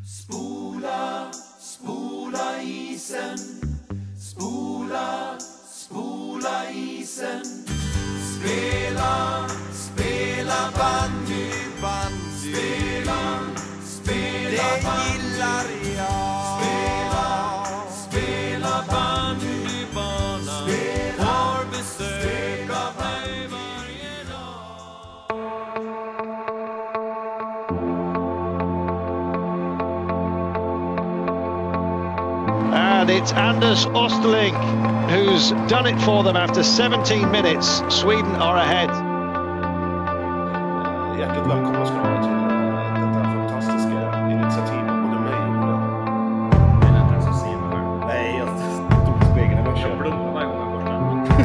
Spola, spola isen. Spola, spola isen. Spela, spela bandy, bandy. Spela, spela bandy. Det gillar jag. Spela, spela bandybanan. Spela, har besök av mig varje dag. And it's Anders Osterling who's done it for them after 17 minutes. Sweden are ahead. Hjärtligt välkomna ska ni vara till detta fantastiska initiativ både mig och Ola. Det är lättare som ser mig själv. Nej, jag stod på spegeln i morse. Jag blundar varje gång jag borstar.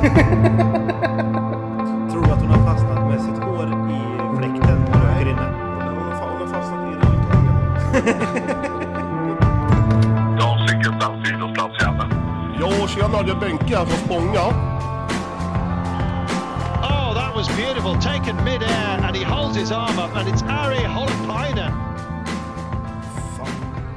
Tror du att hon har fastnat med sitt hår i fläkten och röker inne? Hon har fastnat i rulltagen. Jag tycker inte alls idrottsplats jävlar. Ja, tjena, det är Benke här från Spånga. Oh, that was beautiful. Taken mid-air and he holds his arm up and it's Ari Holopainen. Fan,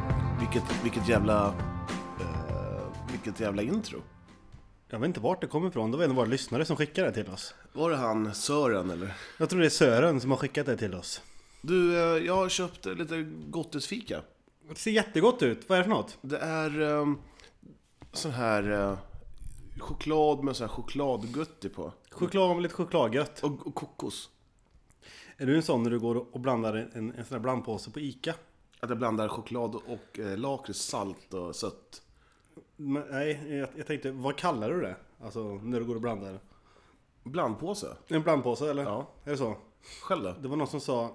vilket jävla intro. Jag vet inte vart det kommer ifrån. Det var en av våra lyssnare som skickade det till oss. Var det han Sören eller? Jag tror det är Sören som har skickat det till oss. Du, jag har köpt lite gottisfika. Det ser jättegott ut. Vad är det för något? Det är sån här choklad med sån här chokladgutti på. Choklad med lite chokladgött. Och kokos. Är du en sån när du går och blandar en sån här blandpåse på Ica? Att jag blandar choklad och lakrits, salt och sött. Men, nej, jag tänkte, vad kallar du det? Alltså när du går och blandar. Blandpåse? En blandpåse eller? Ja. Är det så? Själv då? Det var någon som sa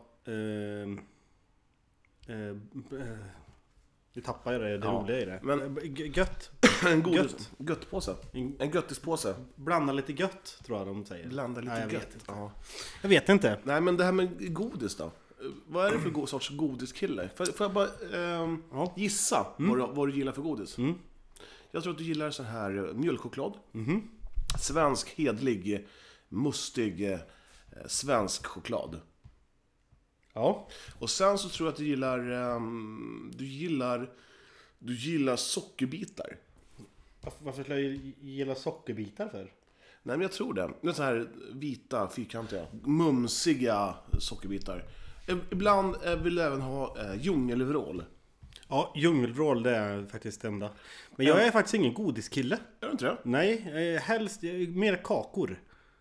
vi tappar det roliga i det. Men Gött. en god Gött. göttpåse. En göttispåse. Blanda lite gött tror jag de säger. Blanda lite Nej, jag gött. vet inte. Ja. Jag vet inte. Nej, men det här med godis då. Vad är det för sorts godiskille? Får jag bara gissa vad du gillar för godis? Mm. Jag tror att du gillar sån här mjölkchoklad. Svensk, hedlig, mustig svensk choklad. Ja. Och sen så tror jag att du gillar sockerbitar. Varför skulle jag gilla sockerbitar för? Nej, men jag tror det. Det är så här vita, fyrkantiga, mumsiga sockerbitar. Ibland vill jag även ha djungelvrål. Ja, djungelvrål det är faktiskt det enda. Men jag är faktiskt ingen godiskille. Är du inte det? Nej, helst mer kakor.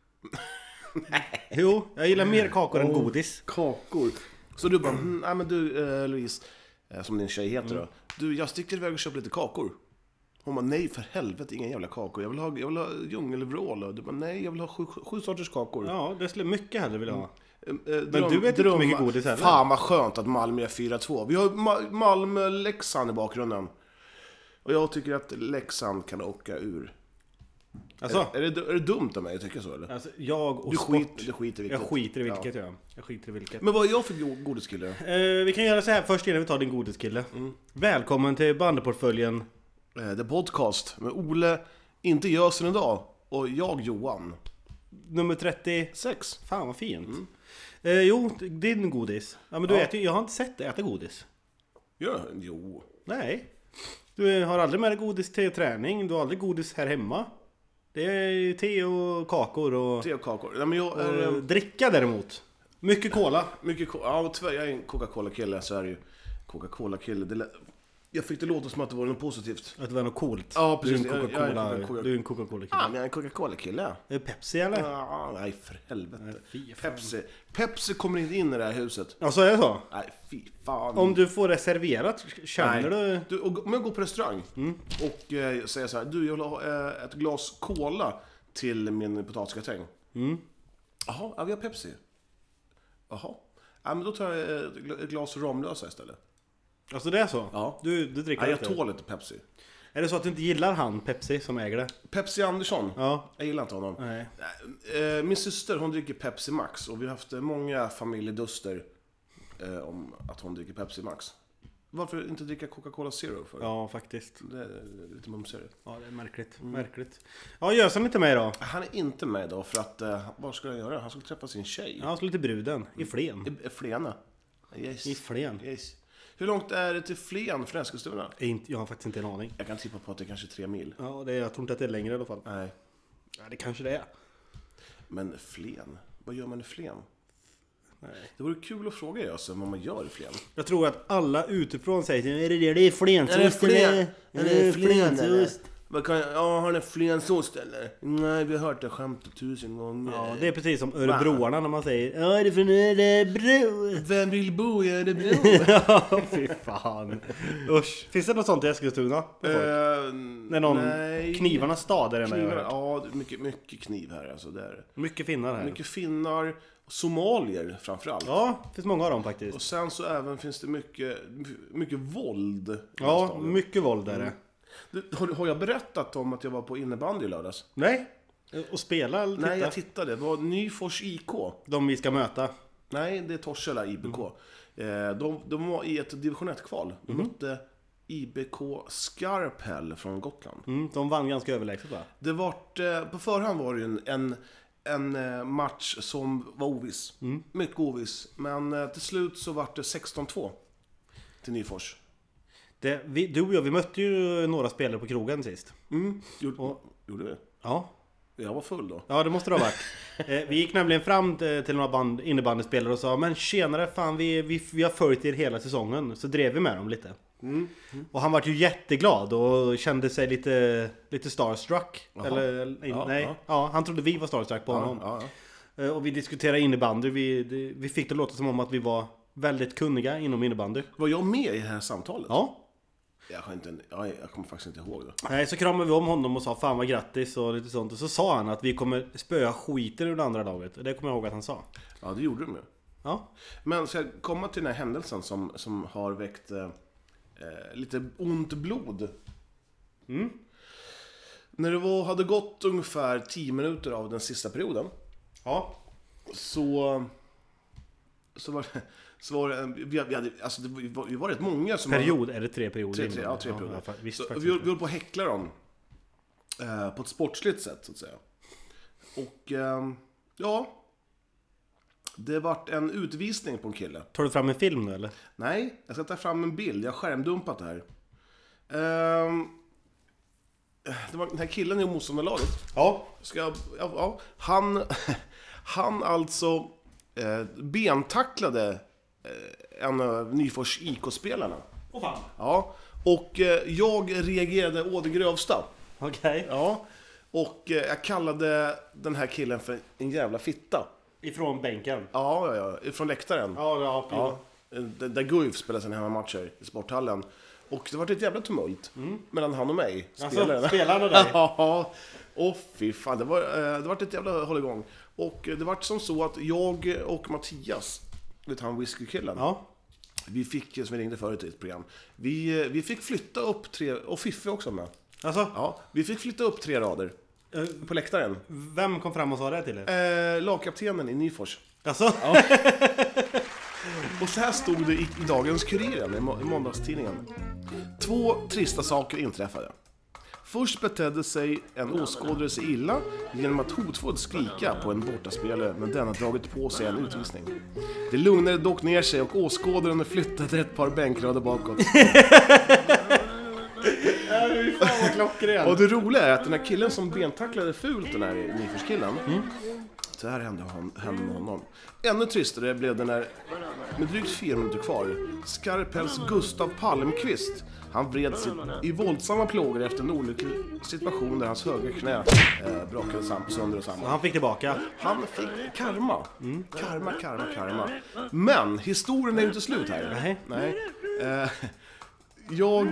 Jo, jag gillar mer kakor än godis. Kakor. Så du bara, nej men du Louise, som din tjej heter då. Du, jag sticker iväg och köper lite kakor. Hon bara, nej för helvete, inga jävla kakor. Jag vill ha djungelvrål. Och du bara, nej jag vill ha 7 sorters kakor. Ja, det skulle mycket hellre vilja ha. Men du vet inte mycket godis heller. Fan vad skönt att Malmö är 4-2. Vi har Malmö-Leksand i bakgrunden. Och jag tycker att Leksand kan åka ur. Alltså, Är det dumt av mig att tycka så eller? alltså jag och Du sport. skiter i vilket. Jag skiter i vilket Ja. jag skiter i vilket. Men vad är jag för godiskille? Vi kan göra så här först innan vi tar din godiskille. Välkommen till bandeportföljen. The Podcast med Ole, inte Jösen idag, och jag Johan. Nummer 30. 6. Fan vad fint. Jo, din godis. Ja, men du äter, jag har inte sett dig äta godis. Ja, jo. Nej. Du har aldrig med dig godis till träning. Du har aldrig godis här hemma. Det är te och kakor och, Te och kakor. Nej, men jag är och dricka däremot. Mycket cola. ja, tyvärr, jag är en Coca-Cola-kille, så är det ju. Coca-Cola-kille. Jag fick det låta som att det var något positivt. Att det var något coolt. Ja, precis. Du är en Coca-Cola-kille. Ja, men jag är en Coca-Cola-kille. Är det Pepsi eller? Ja, nej, för helvete. Nej, fy fan. Pepsi kommer inte in i det här huset. Ja, så är det så. Nej, fy fan. Om du får det serverat, känner Nej. du? Om jag går på restaurang och säger så här, du, jag vill ha ett glas cola till min potatisgratäng. Jaha, ja, vi har Pepsi. Jaha. Ja, men då tar jag ett glas Ramlösa istället. Alltså det är så? Ja. Du dricker Nej, jag inte? tål inte Pepsi. Är det så att du inte gillar han, Pepsi, som äger det? Pepsi Andersson? Ja. Jag gillar inte honom. Nej. Min syster, hon dricker Pepsi Max. Och vi har haft många familjeduster om att hon dricker Pepsi Max. Varför inte dricka Coca-Cola Zero för? Ja, faktiskt. Det är lite mumsigare. Ja, det är märkligt. Märkligt. Ja, Jösen inte med då? Han är inte med då för att, vad ska han göra? Han ska träffa sin tjej. Ja, han skulle till bruden. I Flen. I Flena. Yes. I Flen. Yes. Hur långt är det till Flen från Eskilstuna? Jag har faktiskt inte en aning. Jag kan tippa på att det är kanske 3 mil. Ja, jag tror inte att det är längre i alla fall. Nej. Ja, det kanske det är. Men Flen? Vad gör man i Flen? Nej. Det vore kul att fråga Jöse vad man gör i Flen. Jag tror att alla utifrån säger är det är flensost eller flensost? Har ni flensost eller? Nej, vi har hört det skämtet 1000 gånger. Ja, det är precis som örebroarna när man säger ja, det är från Örebro. Vem vill bo i Örebro? Ja, fy fan. Usch. Finns det något sånt i Eskilstuna? När någon knivarnas stad är det knivar, ja, mycket kniv här alltså, där. Mycket finnar här. Mycket finnar, somalier framförallt. Ja, det finns många av dem faktiskt. Och sen så även finns det mycket våld. Ja, mycket våld är det. Har jag berättat om att jag var på innebandy i lördags? Nej. Och spela eller titta? Nej, jag tittade. Det var Nyfors IK. De vi ska möta. Nej, det är Torshälla IBK. De var i ett division 1-kval. De mötte IBK Skarphäll från Gotland. De vann ganska överlägset, va? Det på förhand var det ju en match som var oviss. Mycket oviss. Men till slut så var det 16-2 till Nyfors. Du och jag, vi mötte ju några spelare på krogen sist. Gjorde vi? Ja. Jag var full då. Ja, det måste det ha varit. Vi gick nämligen fram till några innebandyspelare och sa men tjenare, fan vi har följt er hela säsongen. Så drev vi med dem lite. Och han var ju jätteglad och kände sig lite starstruck. Ja, han trodde vi var starstruck på honom. Ja. Och vi diskuterade innebandy. Vi fick det låta som om att vi var väldigt kunniga inom innebandy. Var jag med i det här samtalet? Ja. Jag kommer faktiskt inte ihåg det. Nej, så kramade vi om honom och sa fan vad grattis och lite sånt. Och så sa han att vi kommer spöa skiten ur det andra laget. Och det kommer jag ihåg att han sa. Ja, det gjorde de ju. Ja. Men ska jag komma till den här händelsen som har väckt lite ont blod. När det hade gått ungefär 10 minuter av den sista perioden. Ja. Så var det, vi var rätt många som period, är det 3 perioder? 3 perioder. Ja, vi höll på att häckla dem på ett sportsligt sätt så att säga. Och det vart en utvisning på en kille. Tar du fram en film nu eller? Nej, jag ska ta fram en bild. Jag har skärmdumpat det här. Det var den här killen i motståndarlaget. Ja. Han alltså bentacklade en av Nyfors IK-spelarna. Åh fan. Ja, och jag reagerade å det grövsta. Okej. Ja, och jag kallade den här killen för en jävla fitta. Ifrån bänken? Ja, ifrån läktaren. Ja. Där Guif spelade sina hemmamatcher i sporthallen. Och det var ett jävla tumult mellan han och mig. Spelarna där? Ja, och fy fan, det var ett jävla hålligång. Och det var som så att jag och Mattias, vet han whiskykillen, vi fick, som vi ringde förut i ett program, vi fick flytta upp 3, och Fiffi också med. Alltså? Ja, vi fick flytta upp 3 rader på läktaren. Vem kom fram och sa det till er? Lagkaptenen i Nyfors. Alltså? Ja. Och så här stod det i dagens Kuriren, i måndagstidningen. 2 trista saker inträffade. Först betedde sig en åskådare sig illa genom att hotfullt skrika på en bortaspelare, men denna dragit på sig en utvisning. Det lugnade dock ner sig och åskådaren flyttade ett par bänkrader bakåt. Och det roliga är att den här killen som bentacklade fult, den här Nyforskillen, så här hände med honom. Ännu tristare blev det när, med drygt 4 minuter kvar, Skarphälls Gustav Palmqvist, han vred sig i våldsamma plågor efter en olycklig situation där hans högra knä brakade sönder och samman. Han fick tillbaka. Han fick karma. Karma. Men historien är ju inte slut här. Nej. Jag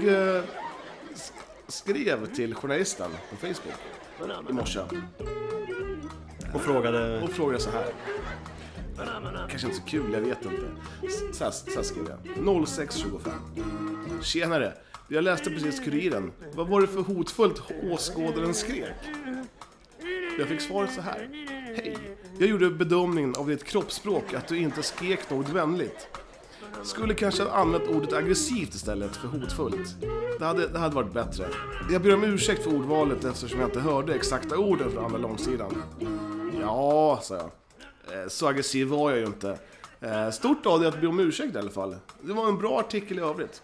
skrev till journalisten på Facebook i morse. Och frågade så här. Kanske inte så kul, jag vet inte. Så här skrev jag. 06:25. Tjenare, jag läste precis Kuriren. Vad var det för hotfullt åskådaren skrek? Jag fick svaret så här. Hej, jag gjorde bedömningen av ditt kroppsspråk att du inte skrek något vänligt. Skulle kanske ha använt ordet aggressivt istället för hotfullt. Det hade varit bättre. Jag ber om ursäkt för ordvalet eftersom jag inte hörde exakta orden från andra långsidan. Ja, sa jag. Så aggressiv var jag ju inte. Stort av dig att be om ursäkt i alla fall. Det var en bra artikel i övrigt.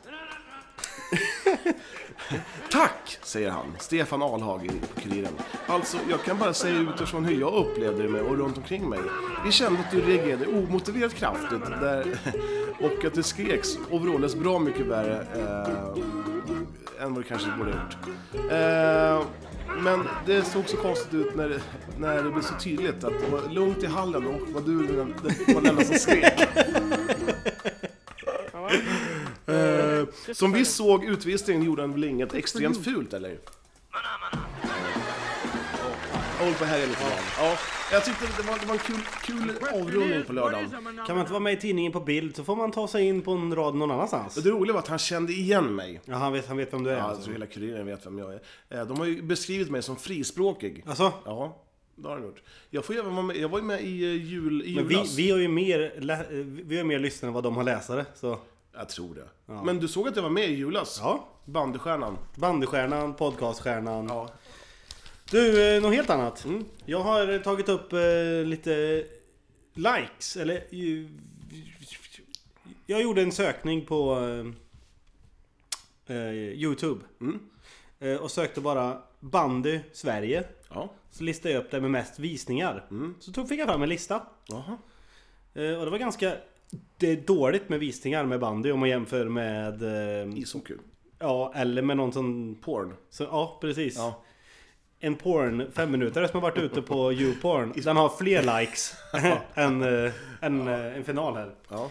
Tack, säger han, Stefan Alhag på Kuriren. Alltså, jag kan bara säga utifrån hur jag upplevde det med och runt omkring mig. Vi kände att du reagerade omotiverat kraftigt där, och att det skreks och vrålades bra mycket värre än vad det kanske borde ha gjort. Men det såg så konstigt ut när det blev så tydligt att det var lugnt i hallen och var du den enda som skrek. Som vi såg utvisningen gjorde han väl inget extremt fult, eller? Jag håller på här lite grann. Ja, jag tyckte det var en kul avrundning på lördagen. Kan man inte vara med i tidningen på bild så får man ta sig in på en rad någon annanstans. Det roliga var att han kände igen mig. Ja, han vet vem du är. Ja, jag tror hela Kuriren vet vem jag är. De har ju beskrivit mig som frispråkig. Alltså? Ja, det har de gjort. Jag var ju med i julas. Men vi har ju mer lyssnare än vad de har läsare, så... Jag tror det. Ja. Men du såg att jag var med i julas? Ja. Bandystjärnan, podcaststjärnan. Ja. Du, något helt annat. Jag har tagit upp lite likes, eller... Jag gjorde en sökning på YouTube. Och sökte bara bandy Sverige. Ja. Så listade jag upp det med mest visningar. Så fick jag fram en lista. Jaha. Och det var ganska... Det är dåligt med visningar med bandy om man jämför med... ishockey. Ja, eller med någon sån... Porn. Så, ja, precis. Ja. En porn 5 minuter som har varit ute på YouPorn. Den har fler likes än en final här. Ja.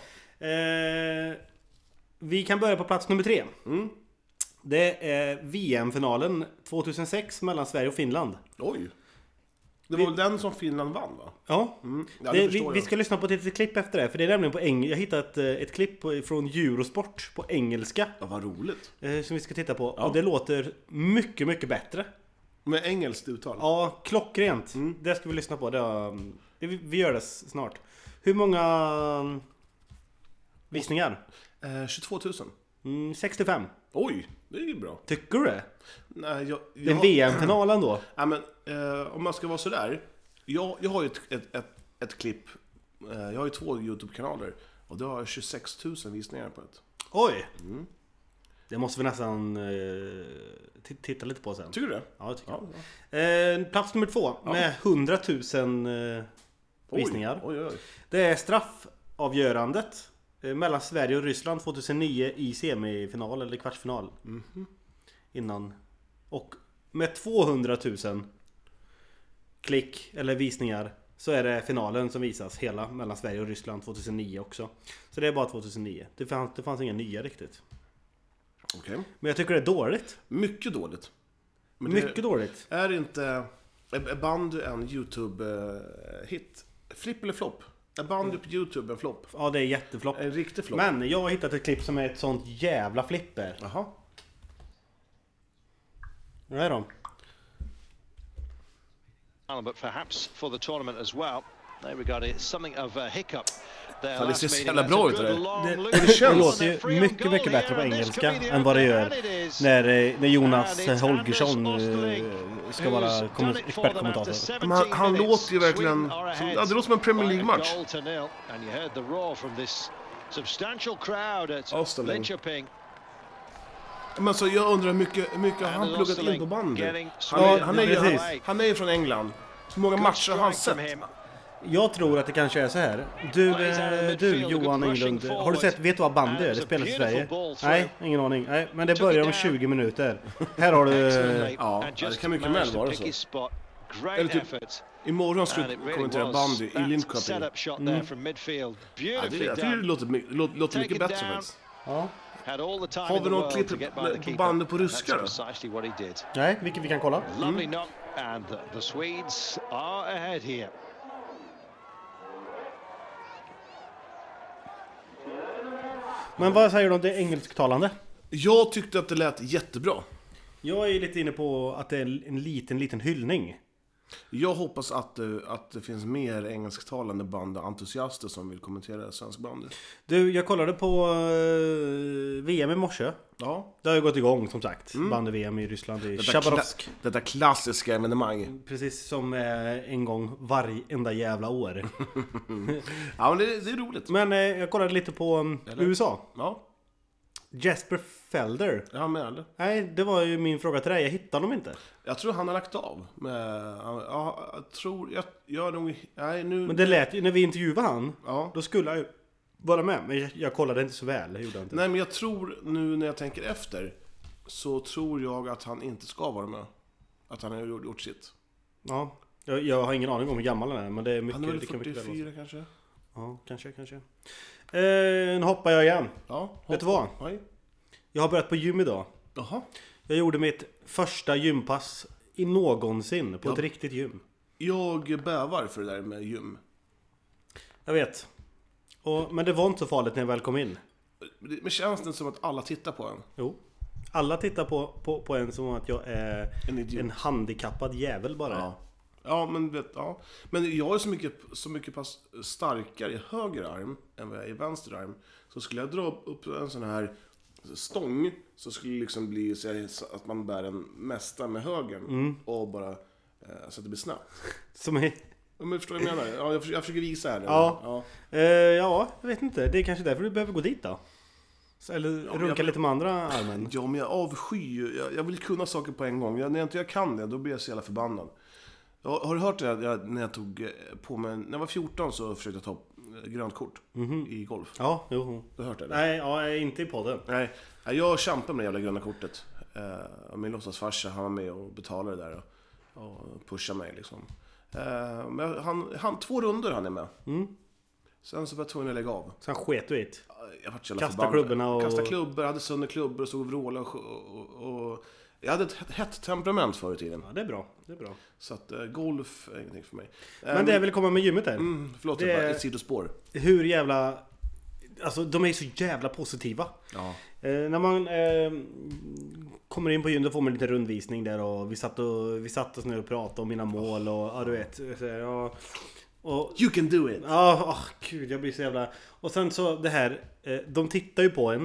Vi kan börja på plats nummer 3. Det är VM-finalen 2006 mellan Sverige och Finland. Oj. Det var väl den som Finland vann, va? Ja, Ja, vi ska lyssna på ett litet klipp efter det. För det är nämligen på jag hittat ett klipp från Eurosport på engelska. Ja, vad roligt. Som vi ska titta på. Ja. Och det låter mycket, mycket bättre. Med engelskt uttal. Ja, klockrent. Det ska vi lyssna på. Vi gör det snart. Hur många visningar? 22 000. 65. Oj, det är ju bra. Tycker du det? Nej, Det är VM-finalen då. Ja, men om man ska vara sådär. Jag har ju ett klipp. Jag har ju 2 YouTube-kanaler. Och då har jag 26 000 visningar på ett. Oj! Det måste vi nästan titta lite på sen. Tycker du det? Ja, det tycker jag. Plats nummer 2 med 100 000 visningar. Oj. Det är straffavgörandet mellan Sverige och Ryssland 2009 i semifinal eller kvartsfinal. Innan. Och med 200 000 klick eller visningar så är det finalen som visas hela mellan Sverige och Ryssland 2009 också. Så det är bara 2009. Det fanns inga nya riktigt. Okej. Men jag tycker det är dåligt. Mycket dåligt. Men Mycket dåligt. Är inte bandy en YouTube-hit? Flipp eller flopp? Är bandy på YouTube en flopp? Ja, det är jätteflopp. En riktig flopp? Men jag har hittat ett klipp som är ett sånt jävla flipper. Jaha. Vad är de? But perhaps for the tournament as well. They regard it something of a hiccup. Fan, det ser så jävla bra ut det. Det låter ju mycket bättre på engelska än vad det gör när Jonas Holgersson ska vara expertkommentator. Men han låter ju verkligen som, det låter som en Premier League-match. Österling. Men så jag undrar hur mycket har han pluggat in på bandy? Han är ju från England. Hur många matcher har han sett? Jag tror att det kanske är så här. Du Johan Englund, har du vet du vad bandy är? Det spelas i Sverige. Nej, ingen aning. Nej, men det börjar om 20 minuter. Här har du... Ja, det kan mycket väl vara så. Eller typ, imorgon ska du kommentera bandy i Linköping. Ja, jag tycker det låter mycket bättre faktiskt. Ja. Har vi någon klipp på bandy på ryska då? Nej, vilket vi kan kolla. Men vad säger du om det engelsktalande? Jag tyckte att det lät jättebra. Jag är lite inne på att det är en liten hyllning. Jag hoppas att det finns mer engelsktalande band och entusiaster som vill kommentera svensk band. Du, jag kollade på VM i morse. Ja. Det har ju gått igång som sagt. Bandy-VM i Ryssland i Chabarovsk. Detta klassiska evenemang. Precis som en gång varenda jävla år. Ja, men det är roligt. Men jag kollade lite på USA. Ja. Jesper Felder. Är han med eller? Nej, det var ju min fråga till dig. Jag hittade honom inte. Jag tror han har lagt av. Ja, jag tror... Jag nog... Nej, nu... Men det lät ju, när vi intervjuade han, Ja. då skulle jag ju vara med. Men jag kollade inte så väl. Jag gjorde inte. Nej, men jag tror nu när jag tänker efter, så tror jag att han inte ska vara med. Att han har gjort sitt. Ja, jag har ingen aning om hur gammal han är. Men det är mycket, Han är väl det kan mycket väl 44 vara. kanske? Ja, kanske. Nu hoppar jag igen. Ja. Vet du vad? Nej. Jag har börjat på gym idag. Jaha. Jag gjorde mitt första gympass i någonsin på ett riktigt gym. Jag bävar för det där med gym. Jag vet. Men det var inte så farligt när jag väl kom in. Men känns det som att alla tittar på en? Jo. Alla tittar på en som att jag är En idiot. en handikappad jävel bara. Ja. Ja, men jag är så mycket pass starkare i höger arm än vad jag är i vänster arm. Så skulle jag dra upp en sån här stång, så skulle det liksom bli så att man bär en mästa med högern och bara så att det blir snabbt. Som är... Ja, men förstår du vad jag menar? Ja, jag försöker visa här nu. Ja. Ja, jag vet inte. Det är kanske därför du behöver gå dit då. Eller runka lite med andra armen. Ja, men jag avskyr. Jag vill kunna saker på en gång. När jag inte kan det, då blir jag så jävla förbannad. Har du hört det när jag tog på mig... När jag var 14 så försökte jag ta grönt kort i golf. Ja, jo. Du har hört det? Nej, ja, inte i podden. Nej, jag kämpade med det jävla gröna kortet. Min låtsasfarsa, han var med och betalade det där och pushade mig liksom. Men han 2 runder han är med. Sen så var jag tvungen att lägga av. Sen sket du it. Jag var så jävla Kasta förbannad. klubborna och... Kasta klubbor, hade sönder klubbor och stod och vrålade och jag hade ett hett temperament förr i tiden. Ja, det är bra. Så att golf är ingenting för mig. Men det jag vill komma med gymmet där. Förlåt, det det är är- ett sidospår. Hur jävla... Alltså de är så jävla positiva. Ja. När man kommer in på gym, då får man lite rundvisning där. Och vi satt oss ner och pratade om mina mål. Och ja, du vet. Och, You can do it! ja, gud, jag blir så jävla... Och sen så det här, de tittar ju på en.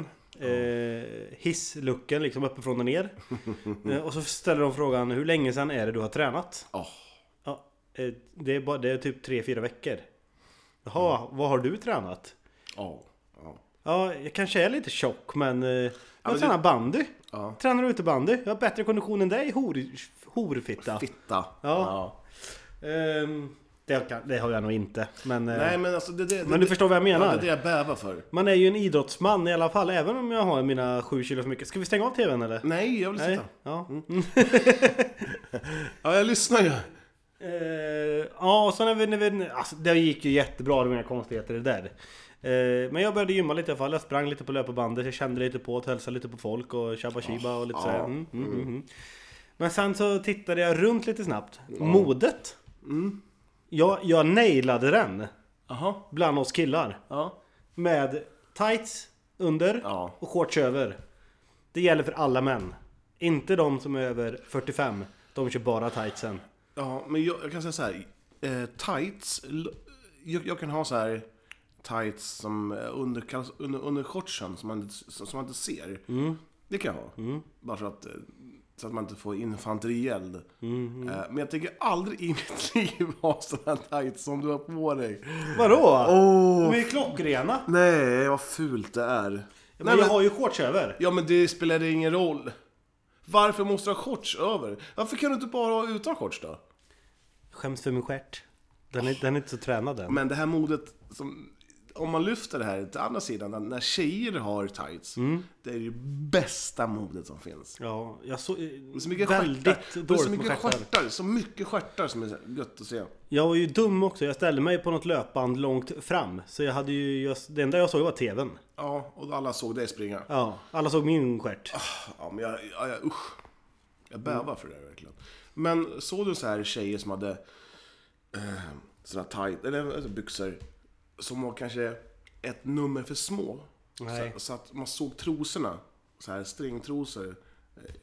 Hisslucken liksom uppifrån och ner. Och så ställer de frågan, hur länge sedan är det du har tränat? Ja, det är typ 3-4 veckor. Jaha, vad har du tränat? Ja. Ja, jag kanske är lite tjock, men jag men tränar bandy. Ja. Tränar du utebandy? Jag har bättre kondition än dig, horfitta. Fitta. Ja. Det har jag nog inte. Men, Nej, men alltså men du förstår vad jag menar. Ja, det är det jag bävar för. Man är ju en idrottsman i alla fall, även om jag har mina 7 kilo för mycket. Ska vi stänga av tvn eller? Nej, jag vill Nej. sitta. Ja. Ja, jag lyssnar ju. Ja, och så när vi alltså, det gick ju jättebra, det var inga konstigheter det där. Men jag började gymma lite i alla fall. Jag sprang lite på löparbandet, jag kände lite på att hälsa lite på folk och tjabba shiba och lite så här. Men sen så tittade jag runt lite snabbt. Modet. Jag nailade den Jaha. bland oss killar. Ja. Med tights under Ja. och shorts över. Det gäller för alla män. Inte de som är över 45. De kör bara tightsen. Ja, men jag kan säga så här. Tights. Jag kan ha så här tights som under shortsen som man inte ser. Det kan jag ha. Bara för att så att man inte får infanterield. Men jag tänker aldrig i mitt liv ha sådana tights som du har på dig. Vadå? De är ju klockrena. Nej, vad fult det är. Men Nej, jag har ju shorts över. Ja, men det spelar ingen roll. Varför måste du ha shorts över? Varför kan du inte bara ha utan shorts då? Skäms för min stjärt. Den är inte så tränad än. Men det här modet som... Om man lyfter det här till andra sidan, när tjejer har tights, det är ju bästa modet som finns. Ja, jag så Så mycket väldigt stjärtar. dåligt Så med mycket stjärtar. stjärtar. Så mycket stjärtar som är gött att se. Jag var ju dum också. Jag ställde mig på något löpband långt fram. Så jag hade ju... Det enda jag såg var tvn. Ja, och alla såg dig springa. Ja, alla såg min stjärt. Ja, men usch. Jag bävar för det här, verkligen. Men såg du så här tjejer som hade sådana tight, eller byxor som var kanske ett nummer för små? Nej. Så att man såg trosorna, så här stringtrosor,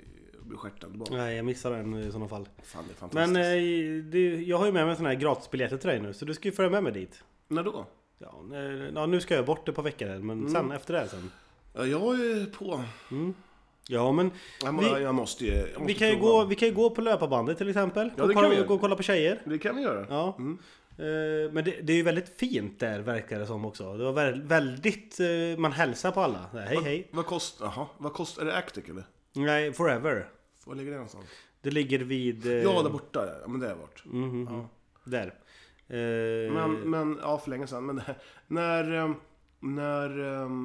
i stjärten. Nej, jag missar den i sådana fall. Fan, det är fantastiskt. Men jag har ju med mig såna här gratisbiljetter till dig nu, så du ska ju följa med mig dit. När då? Ja, nu ska jag bort ett par veckor, men sen efter det sen. Ja, jag är på. Ja, men Jag måste vi kan ju gå på löparbandet till exempel. Ja, det kan vi göra. Gå och kolla på tjejer. Det kan vi göra. Ja. Men det är ju väldigt fint där, verkar det som också. Det var väldigt man hälsar på alla. Hej. Vad kostar är det Actic eller? Nej, Forever. Var ligger det någonstans? Det ligger vid Ja, där borta. Ja, men det har varit. Ja. Där. Men ja, för länge sedan. Men när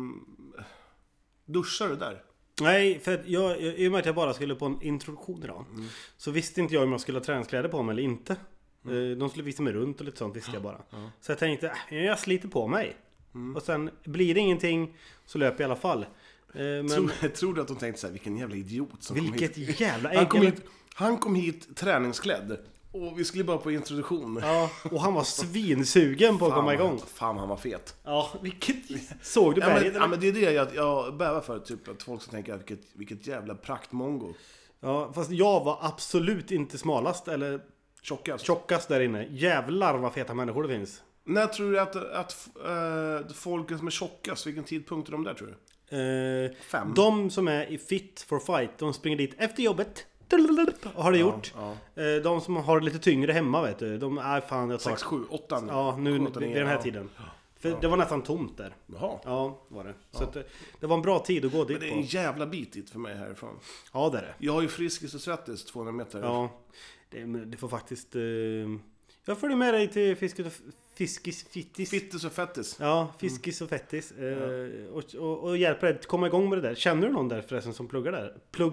duschar du där? Nej, för att i och med att jag bara skulle på en introduktion idag, så visste inte jag om jag skulle ha träningskläder på mig eller inte. De skulle visa mig runt och lite sånt, visste jag bara. Så jag tänkte, jag sliter på mig. Och sen blir det ingenting, så löper jag i alla fall. Men Tror du att de tänkte så här, vilken jävla idiot som vilket kom hit? jävla Han kom hit träningsklädd. Och vi skulle bara på introduktion. Ja, och han var svinsugen på att komma igång. Fan, han var fet. Ja, såg du berget? Ja, men det är det jag bävar för, typ att folk ska tänka vilket jävla praktmongo. Ja, fast jag var absolut inte smalast eller tjockast där inne. Jävlar vad feta människor det finns. När tror du att folk som är tjockast, vilken tidpunkt är de där, tror du? 5. De som är i fit for fight, de springer dit efter jobbet. Har det gjort. De som har lite tyngre hemma, vet du, de är fan, jag tar 6, 7, 8. Ja, nu vid den här tiden. För det var nästan tomt där. Jaha. Ja, var det. Så att, det var en bra tid att gå dit. Men det är en jävla bit dit för mig härifrån. Ja, det är det. Jag har ju Friskis och Svettis 200 meter. Ja, det får faktiskt... Jag följer med dig till Fiskis Fittis. Fittis och Fettis. Ja, Fiskis och Fettis. Och hjälper dig att komma igång med det där. Känner du någon där förresten som pluggar där?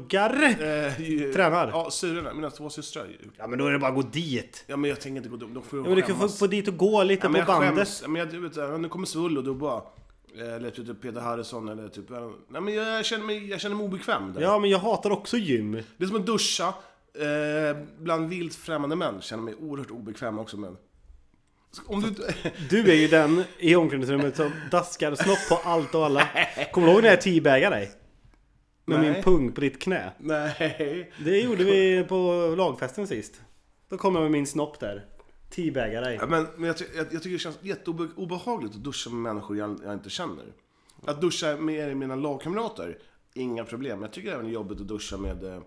Tränar? Ja, syrorna. Mina 2 systrar. Ja, men då är det bara att gå dit. Ja, men jag tänker inte gå dit. De får ju men du kan få dit och gå lite på bandet. Men jag vet, nu kommer Svull och då bara... Eller typ Peter Harrison eller typ... Nej, men jag känner mig obekväm där. Ja, men jag hatar också gym. Det är som att duscha bland vilt främmande män. Känner mig oerhört obekväm också, men... Om du är ju den i omklädningsrummet som daskar snopp på allt och alla. Kommer du ihåg när jag teabagade dig? Med min pung på ditt knä. Nej. Det gjorde vi på lagfesten sist. Då kom jag med min snopp där. Teabagade dig. Ja, men jag tycker det känns jätteobehagligt att duscha med människor jag inte känner. Att duscha med mina lagkamrater, inga problem. Jag tycker även det är jobbigt att duscha med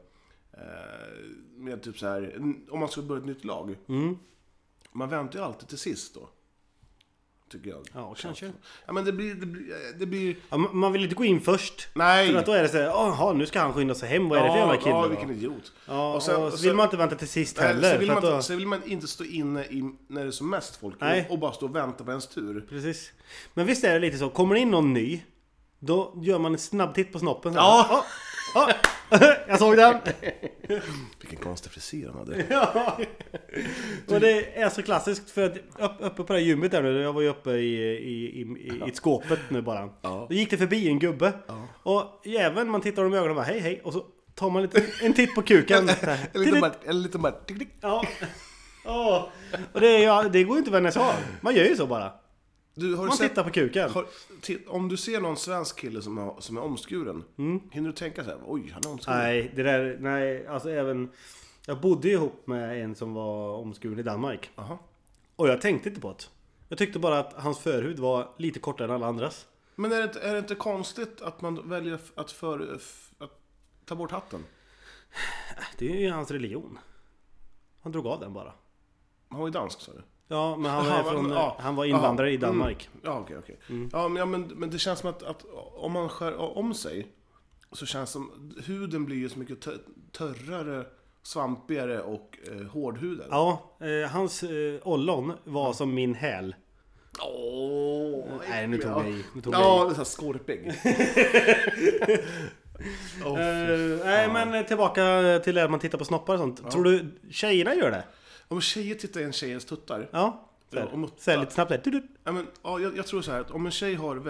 typ så här, om man ska börja ett nytt lag. Man väntar ju alltid till sist då. Tycker jag. Ja, kanske. Ja, men det blir... Ja, man vill inte gå in först. Nej. För att då är det så här, nu ska han skynda sig hem. Vad är det för jävla kille? Ja, vilken idiot. Ja, och så vill man inte vänta till sist heller. Så vill man inte stå inne när det är som mest folk. Och bara stå och vänta på ens tur. Precis. Men visst är det lite så, kommer det in någon ny, då gör man en snabb titt på snoppen. Ja. Jag såg den. Vilken konstig frisyr han hade. Ja. Och det är så klassiskt, för att uppe på det här gymmet där nu, jag var ju uppe i ett skåpet nu bara. Då gick det förbi en gubbe. Och även man tittar om ögonen och bara hej, och så tar man en titt på kuken. En liten bara tick. Ja. Och det går ju inte att vänja sig av. Man gör ju så bara. Man tittar på kuken. Om du ser någon svensk kille som är omskuren, hinner du tänka så här, oj, han är omskuren? Nej, alltså även... Jag bodde ju ihop med en som var omskuren i Danmark. Och jag tänkte inte på det. Jag tyckte bara att hans förhud var lite kortare än alla andras. Men är det inte konstigt att man väljer att ta bort hatten? Det är ju hans religion. Han drog av den bara. Han var ju dansk, sa du? Ja, men han var invandrare i Danmark. Ja, okej. Ja, men det känns som att om man skär om sig, så känns det som huden blir ju så mycket törrare, svampigare och hårdhudad. Ja, hans ollon var som min häl. Nej, nu tog jag i. Ja, det är så skorpig. Nej, men tillbaka till att man tittar på snoppar och sånt. Tror du tjejerna gör det? Om tjejer tittar i en tjejens tuttar. Ja, så lite snabbt där. Jag tror så här att om en tjej har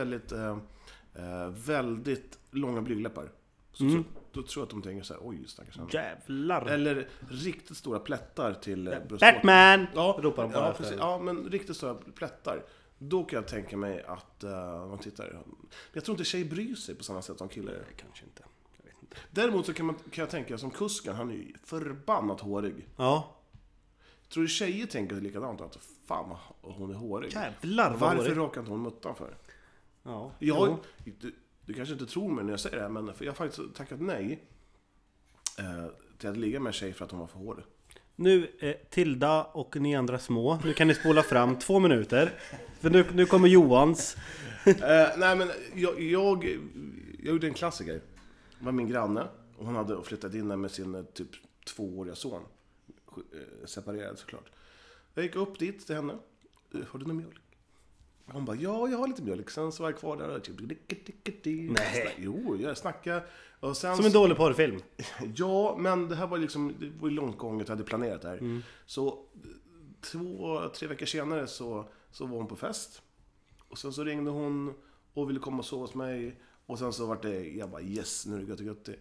väldigt långa blygdläppar, då tror jag att de tänker så här, oj, stackars han. Jävlar. Eller riktigt stora plättar till bröstvårtan. Batman! Ja, ropar de bara. Ja, men riktigt stora plättar. Då kan jag tänka mig att man tittar. Jag tror inte tjejer bryr sig på samma sätt som killar. Kanske inte. Jag vet Däremot så kan jag tänka som kusken, han är ju förbannat hårig. Ja. Tror du tjejer tänker likadant? Att fan vad hon är hårig. Jävlar vad Varför hårig. rakar inte hon muttan för? Ja. Du kanske inte tror mig när jag säger det här, men för jag har faktiskt tackat nej till att ligga med en tjej för att hon var för hårig. Nu Tilda och ni andra små. Nu kan ni spola fram 2 minuter. För nu kommer Johans. Nej men jag gjorde en klassiker. Det var min granne och hon hade flyttat in där med sin typ 2-åriga son. Separerad såklart. Jag gick upp dit till henne. Har du någon mjölk? Hon bara, ja jag har lite mjölk. Sen så var jag kvar där och typ... Nej. Jo, jag snackade. Och sen Som en dålig porrfilm. Ja, men det här var liksom, det var långt gånget, jag hade planerat det här. Så 2-3 veckor senare så var hon på fest. Och sen så ringde hon och ville komma och sova hos mig. Och sen så var det, jag bara yes, nu är det gött.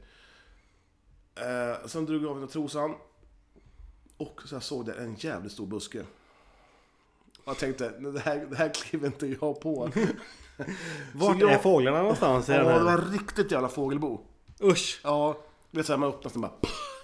Sen drog jag av den trosan. Och så jag såg det en jävligt stor buske. Och jag tänkte, det här kliver inte jag på. Vart är fåglarna någonstans? Ja, det var riktigt jävla fågelbo. Usch. Ja, vet du, man öppnar den bara...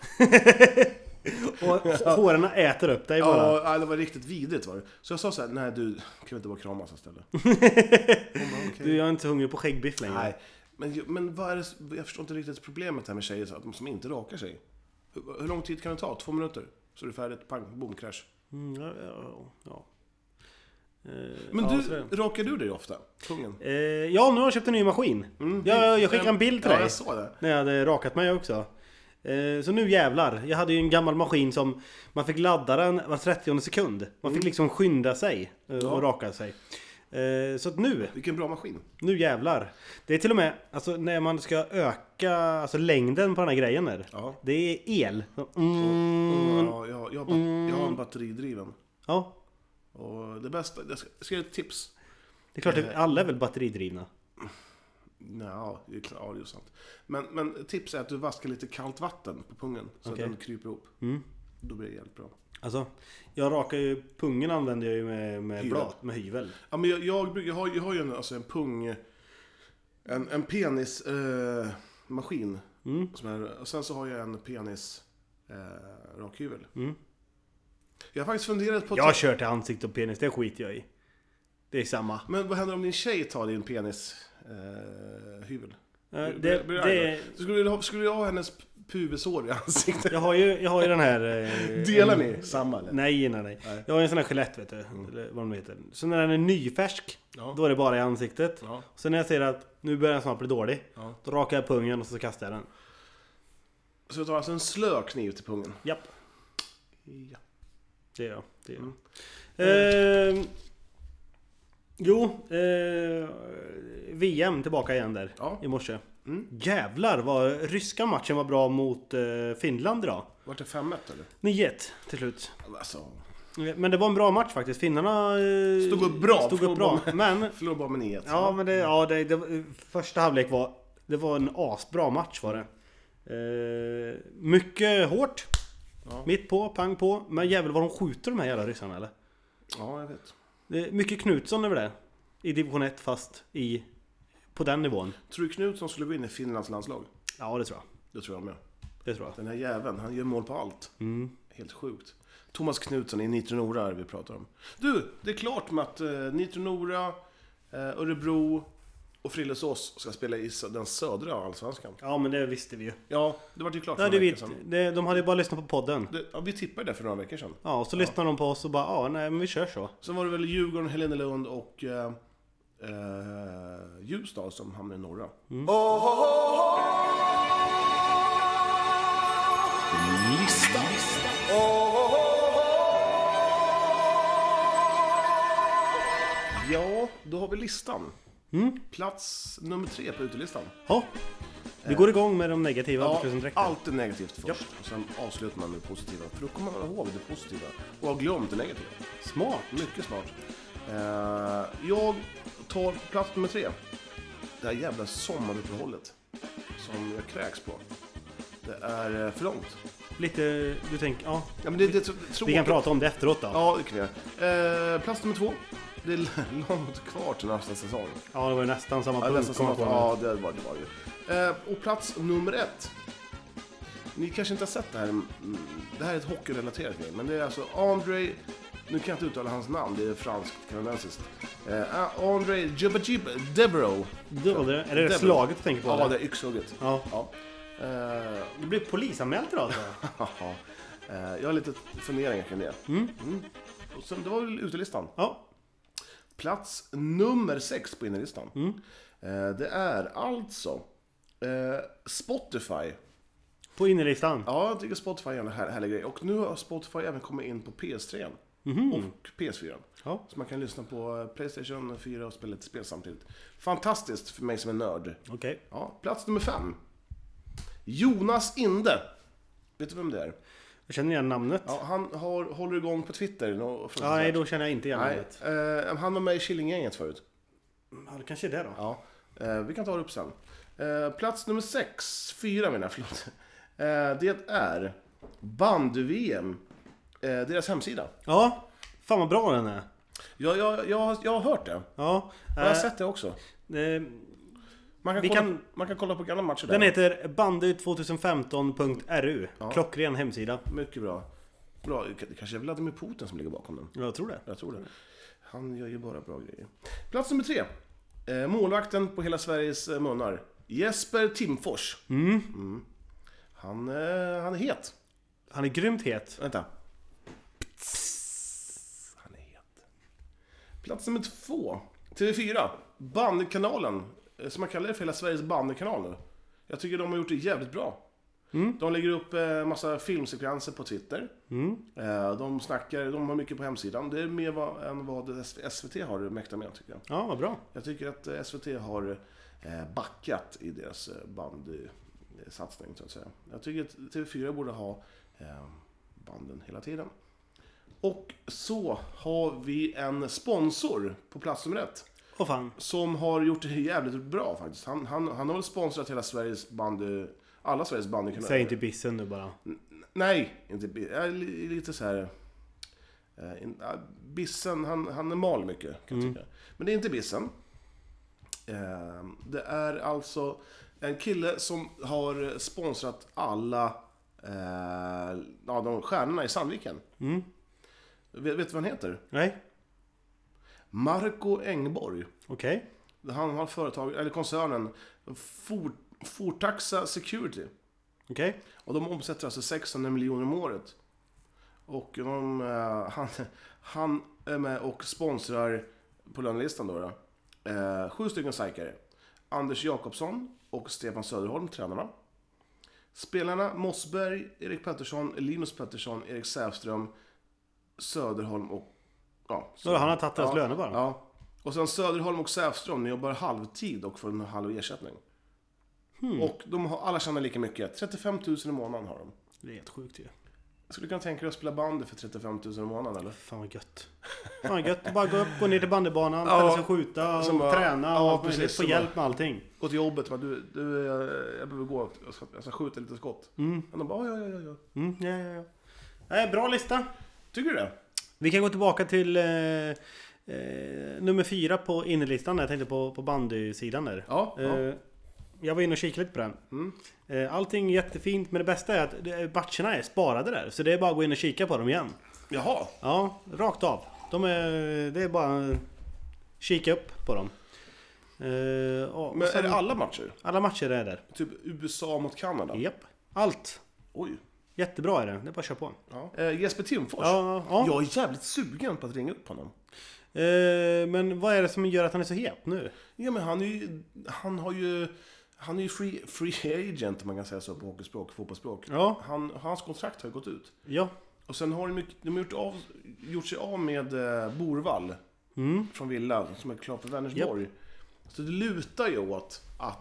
Och håren äter upp dig bara. Ja, det var riktigt vidrigt var det. Så jag sa så här, nej du, kan vi inte bara kramas istället? Du, jag är inte hungrig på skäggbiff längre. Nej, men vad är det, jag förstår inte riktigt problemet här med tjejer så att som inte rakar sig. Hur lång tid kan det ta? 2 minuter? Så är det färdigt, pang, boom, crash. Ja. Men ja, du, rakar du dig ofta? Kungen? Ja, nu har jag köpt en ny maskin. Jag skickade en bild till dig. Ja, jag såg det. När jag hade rakat mig också. Så nu jävlar. Jag hade ju en gammal maskin som man fick ladda den var 30 sekund. Man fick liksom skynda sig och raka sig. Så att nu. Vilken bra maskin. Nu jävlar. Det är till och med alltså, när man ska öka alltså, längden på den här grejen där. Ja. Det är el. Ja, jag har en batteridriven. Ja. Och det bästa, jag ska ge ett tips. Det är klart att alla är väl batteridrivna. Ja, det är ju sant. Men tips är att du vaskar lite kallt vatten på pungen så att den kryper ihop. Då blir det jävligt bra. Alltså, jag rakar ju pungen använder jag ju med blad, med hyvel. Ja, men jag har ju en pung, en penis maskin. Och sen så har jag en penis rakhyvel. Jag har faktiskt funderat på... Jag kör till ansikte och penis, det skiter jag i. Det är samma. Men vad händer om din tjej tar din penis hyvel? Skulle du ha hennes pubeshår i ansiktet? Jag har ju den här... Delar ni samma eller? Nej. Jag har en sån här gelett vet du. Eller vad de heter. Så när den är nyfärsk, då är det bara i ansiktet. Ja. Så när jag ser att nu börjar den snart bli dålig, då rakar jag pungen och så kastar jag den. Så du tar alltså en slö kniv till pungen? Japp. Ja. Det är jag. VM tillbaka igen där i morse. Jävlar vad ryska matchen var bra mot Finland idag. Var det 5-1 eller? 9-1 till slut. Alltså. Men det var en bra match faktiskt. Finnarna stod upp bra. Men förlorade bara med 9-1. Ja, men det första halvlek var en asbra match var det. Mycket hårt. Mitt på, pang på. Men jävlar vad de skjuter de här jävla ryssarna eller? Ja, jag vet. Det är mycket Knutsson över det. I division 1 fast på den nivån. Tror du Knutsson skulle gå in i Finlands landslag? Ja, det tror jag. Det tror jag med. Det tror jag. Den här jäveln, han gör mål på allt. Helt sjukt. Thomas Knutsson i Nitro Nora vi pratar om. Du, det är klart med att Nitro Nora, Örebro och Frillesås ska spela i den södra allsvenskan. Ja, men det visste vi ju. Ja, det var ju klart för några veckor sedan. De hade ju bara lyssnat på podden. Vi tippade det för några veckor sedan. Ja, och så lyssnade de på oss och bara, nej men vi kör så. Sen var det väl Djurgården, Helenelund och Ljusdal som hamnade i norra. Lista. Ja, då har vi listan. Plats nummer 3 på utelistan. Ja, vi går igång med de negativa. Ja, allt är negativt först. Och sen avslutar man med det positiva. För då kommer man ihåg det positiva. Och har glömt det negativa. Smart. Mycket smart. Jag tar plats nummer 3. Det här jävla sommaruppehållet. Som jag kräks på. Det är för långt. Lite, du tänker, ja men det vi kan prata om det efteråt då. Ja, det kan vi göra. Plats nummer 2. Det är långt kvar till nästa säsong. Ja, det var ju nästan samma punkt. Ja, det var det ju. Och plats nummer 1. Ni kanske inte har sett det här. Det här är ett hockeyrelaterat grej. Men det är alltså André... Nu kan jag inte uttala hans namn. Det är franskt-kanadensiskt. André Jubajib Devereaux. Är det slaget du tänker på? Ja, det är yxhugget. Ja. Det blir polisanmält idag alltså. Jag har lite funderingar kring det. Och sen, det var väl utelistan. Ja. Plats nummer 6 på innerlistan. Det är alltså Spotify. På innerlistan? Ja, jag tycker Spotify är en härlig grej. Och nu har Spotify även kommit in på PS3 och PS4. Ja. Så man kan lyssna på PlayStation 4 och spela lite spel samtidigt. Fantastiskt för mig som är nörd. Okej. Ja, plats nummer 5. Jonas Inde. Vet du vem det är? Jag känner igen namnet. Ja, han håller igång på Twitter. Nej, då känner jag inte igen namnet. Han var med i Killinggänget förut. Ja, det kanske är det då. Ja, vi kan ta det upp sen. Plats nummer 4 menar jag, förlåt. Det är Bandy-VM. Deras hemsida. Ja, fan vad bra den är. Jag har hört det. Ja. Jag har sett det också. Man kan kolla på gamla matcher där. Den heter bandy2015.ru. Klockren hemsida. Mycket bra. Det kanske är Vladimir Putin som ligger bakom den. Jag tror det. Han gör ju bara bra grejer. Plats nummer 3. Målvakten på hela Sveriges munnar. Jesper Timfors. Han är het. Han är grymt het. Vänta. Han är het. Plats nummer 2. TV4. Bandykanalen. Som man kallar det för hela Sveriges bandykanal nu. Jag tycker de har gjort det jävligt bra. De lägger upp massa filmsekvenser på Twitter. De har mycket på hemsidan. Det är mer än vad SVT har mäktat med, tycker jag. Ja, vad bra. Jag tycker att SVT har backat i deras bandysatsning, så att säga. Jag tycker att TV4 borde ha banden hela tiden. Och så har vi en sponsor på plats nummer 1. Åh fan. Som har gjort det jävligt bra faktiskt. Han har väl sponsrat hela Sveriges alla Sveriges bandykanaler. Säg inte Bissen nu bara. Nej, inte lite så här. Bissen, han är mal mycket, kan jag tycka. Men det är inte Bissen. Det är alltså en kille som har sponsrat alla de stjärnorna i Sandviken. Vet du vad han heter? Nej. Marco Engborg. Okej. Han har koncernen Fortaxa Security. Okej. Och de omsätter alltså 600 miljoner om året. Och han är med och sponsrar på lönelistan då. 7 stycken psykare. Anders Jakobsson och Stefan Söderholm, tränarna. Spelarna Mossberg, Erik Pettersson, Linus Pettersson, Erik Säfström, Söderholm och... Så han har tagit deras löner bara? Ja. Och sen Söderholm och Säfström jobbar halvtid och får en halv ersättning. Och alla tjänar lika mycket. 35 000 i månaden har de. Det är helt sjukt ju. Skulle du kunna tänka dig att spela bandy för 35 000 i månaden, eller? Fan vad gött. Bara gå upp ner till bandybanan, ställa sig och skjuta och träna och precis, få hjälp med allting. Gå till jobbet, jag behöver gå, jag ska skjuta lite skott. Och de bara, ja. Nej, bra lista. Tycker du det? Vi kan gå tillbaka till nummer 4 på innerlistan. Jag tänkte på bandysidan där. Ja. Jag var inne och kikade lite på den. Allting är jättefint, men det bästa är att matcherna är sparade där. Så det är bara att gå in och kika på dem igen. Jaha. Ja, rakt av. Det är bara att kika upp på dem. Men är det alla matcher? Alla matcher är där. Typ USA mot Kanada? Japp, allt. Oj. Jättebra är det, det är bara att köra på. Ja. Jesper Timfors? Ja. Jag är jävligt sugen på att ringa upp honom. Men vad är det som gör att han är så het nu? Ja, men han är ju free agent, om man kan säga så på hockeyspråk, fotbollsspråk. Ja. Hans kontrakt har gått ut. Ja. Och sen har de gjort sig av med Borvall från Villa, som är klar för Vänersborg. Yep. Så det lutar ju åt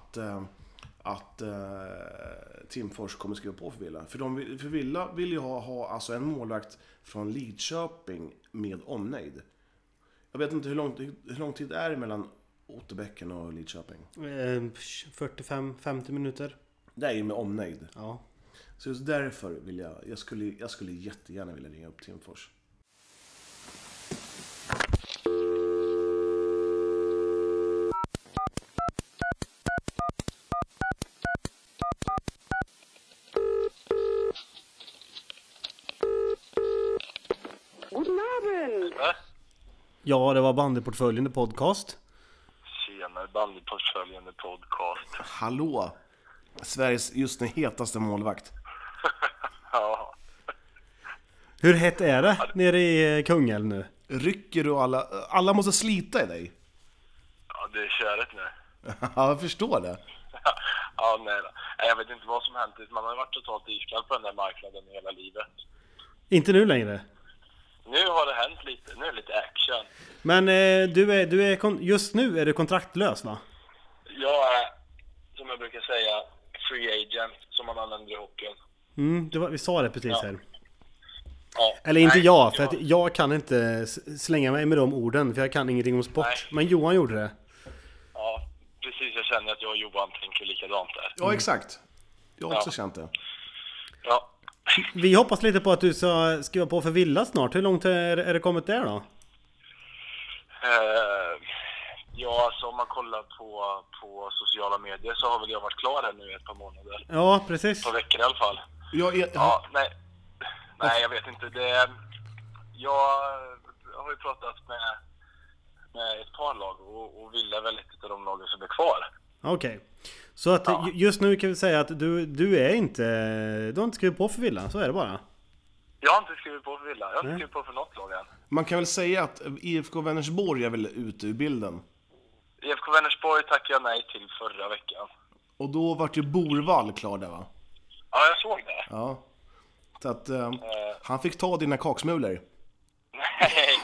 att Timfors kommer skriva på för Villa. För Villa vill ju ha alltså en målvakt från Lidköping med omnejd. Jag vet inte hur lång tid är det mellan Otterbäcken och Lidköping? 45-50 minuter. Det är ju med omnejd. Ja. Så just därför jag skulle jättegärna vilja ringa upp Timfors. Ja, det var bandyportföljen podcast. Tjenare, bandyportföljen podcast. Hallå! Sveriges just nu hetaste målvakt. Ja. Hur hett är det nere i Kungälv nu? Rycker du alla måste slita i dig? Ja, det är köret nu. Ja, jag förstår det. Ja, nej då. Jag vet inte vad som hänt. Man har ju varit totalt iskall på den där marknaden hela livet. Inte nu längre. Nu har det hänt lite. Nu är det lite action. Men just nu är du kontraktlös, va? Jag är, som jag brukar säga, free agent, som man använder i hockeyn. Vi sa det precis här. Ja. Eller inte Nej, jag, för att jag kan inte slänga mig med de orden, för jag kan ingenting om sport. Nej. Men Johan gjorde det. Ja, precis. Jag känner att jag och Johan tänker likadant där. Ja, exakt. Jag har också känt det. Ja. Vi hoppas lite på att du ska skriva på för Villa snart. Hur långt är det kommit där då? Ja, alltså om man kollar på sociala medier så har väl jag varit klar här nu ett par månader. Ja, precis. Ett par veckor i alla fall. Ja, Nej, jag vet inte. Jag har ju pratat med ett par lag och Villa är väl ett av de lagen som är kvar. Okej. Så att just nu kan vi säga att du har inte skrivit på för Villa, så är det bara. Jag har inte skrivit på för Villa. Jag har inte skrivit på för något lag än. Man kan väl säga att IFK Vänersborg är väl ute ur bilden. IFK Vänersborg tackade jag nej till förra veckan. Och då vart ju Borvall klar där, va? Ja, jag såg det. Ja. Så att han fick ta dina kaksmulor. Nej,